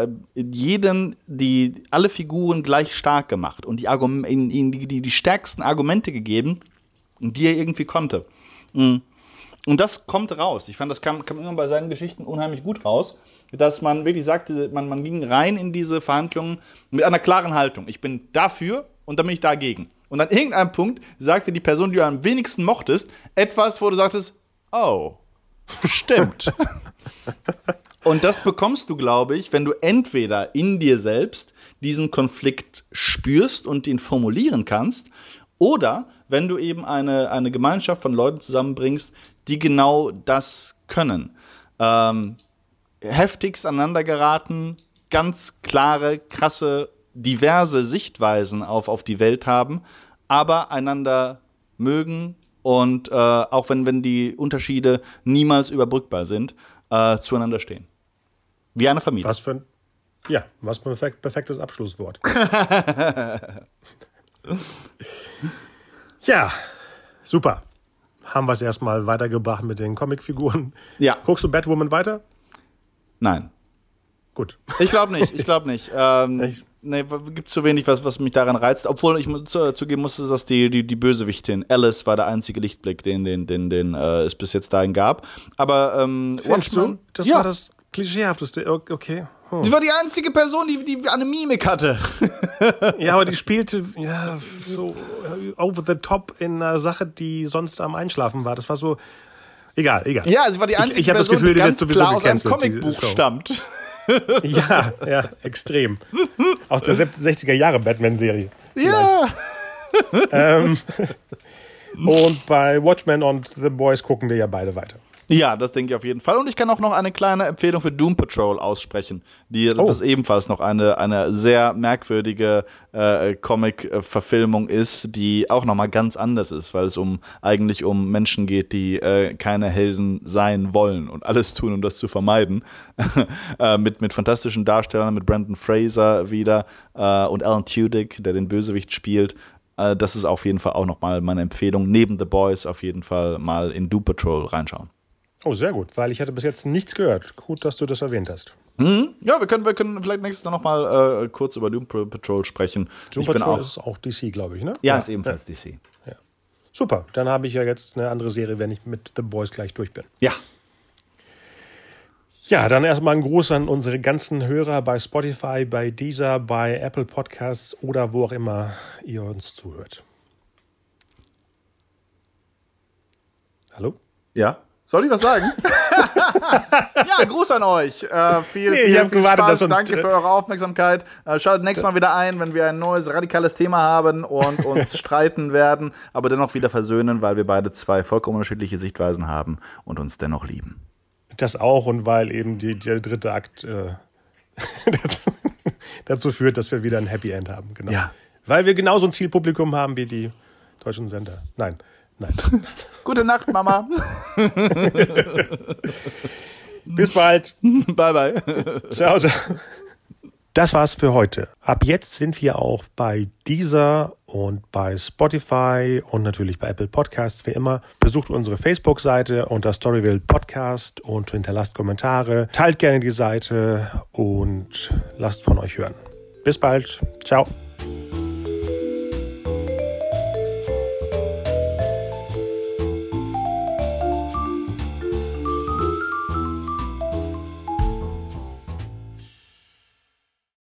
alle Figuren gleich stark gemacht und ihnen die stärksten Argumente gegeben, die er irgendwie konnte. Und das kommt raus. Ich fand, das kam immer bei seinen Geschichten unheimlich gut raus, dass man wirklich sagte, man ging rein in diese Verhandlungen mit einer klaren Haltung. Ich bin dafür und dann bin ich dagegen. Und an irgendeinem Punkt sagte die Person, die du am wenigsten mochtest, etwas, wo du sagtest, oh, stimmt. Und das bekommst du, glaube ich, wenn du entweder in dir selbst diesen Konflikt spürst und ihn formulieren kannst, oder wenn du eben eine Gemeinschaft von Leuten zusammenbringst, die genau das können. Heftigst aneinander geraten, ganz klare, krasse, diverse Sichtweisen auf die Welt haben, aber einander mögen und auch wenn die Unterschiede niemals überbrückbar sind, zueinander stehen. Wie eine Familie. Was ein perfektes Abschlusswort. Ja, super. Haben wir es erstmal weitergebracht mit den Comicfiguren. Ja. Guckst du Batwoman weiter? Nein. Gut. Ich glaube nicht. Gibt zu wenig, was mich daran reizt. Obwohl ich zugeben musste, dass die Bösewichtin Alice war der einzige Lichtblick, den es bis jetzt dahin gab. Aber Watchmen, das war das Klischeehafteste. Okay. Sie war die einzige Person, die eine Mimik hatte. Ja, aber die spielte so over the top in einer Sache, die sonst am Einschlafen war. Das war so. Egal. Ja, sie war die einzige Person, Gefühl, die ganz klar aus einem gecancelt, Comicbuch stammt. Ja, extrem. Aus der 60er Jahre Batman-Serie. Ja. Und bei Watchmen und The Boys gucken wir ja beide weiter. Ja, das denke ich auf jeden Fall. Und ich kann auch noch eine kleine Empfehlung für Doom Patrol aussprechen, das ebenfalls noch eine sehr merkwürdige Comic-Verfilmung ist, die auch nochmal ganz anders ist, weil es eigentlich um Menschen geht, die keine Helden sein wollen und alles tun, um das zu vermeiden. mit fantastischen Darstellern, mit Brendan Fraser wieder und Alan Tudyk, der den Bösewicht spielt. Das ist auf jeden Fall auch nochmal meine Empfehlung. Neben The Boys auf jeden Fall mal in Doom Patrol reinschauen. Oh, sehr gut, weil ich hatte bis jetzt nichts gehört. Gut, dass du das erwähnt hast. Ja, wir können vielleicht nächstes Mal noch mal kurz über Doom Patrol sprechen. Doom Patrol ist auch DC, glaube ich, ne? Ja, ist ebenfalls DC. Ja. Super, dann habe ich ja jetzt eine andere Serie, wenn ich mit The Boys gleich durch bin. Ja. Ja, dann erstmal ein Gruß an unsere ganzen Hörer bei Spotify, bei Deezer, bei Apple Podcasts oder wo auch immer ihr uns zuhört. Hallo? Ja? Soll ich was sagen? Ja, Gruß an euch. Viel Spaß. Danke für eure Aufmerksamkeit. Schaltet nächstes Mal wieder ein, wenn wir ein neues, radikales Thema haben und uns streiten werden, aber dennoch wieder versöhnen, weil wir beide zwei vollkommen unterschiedliche Sichtweisen haben und uns dennoch lieben. Das auch und weil eben der dritte Akt dazu führt, dass wir wieder ein Happy End haben. Genau. Ja. Weil wir genauso ein Zielpublikum haben wie die deutschen Sender. Nein. Gute Nacht, Mama. Bis bald. Bye, bye. Ciao. Das war's für heute. Ab jetzt sind wir auch bei Deezer und bei Spotify und natürlich bei Apple Podcasts wie immer. Besucht unsere Facebook-Seite unter Storyville Podcast und hinterlasst Kommentare. Teilt gerne die Seite und lasst von euch hören. Bis bald. Ciao.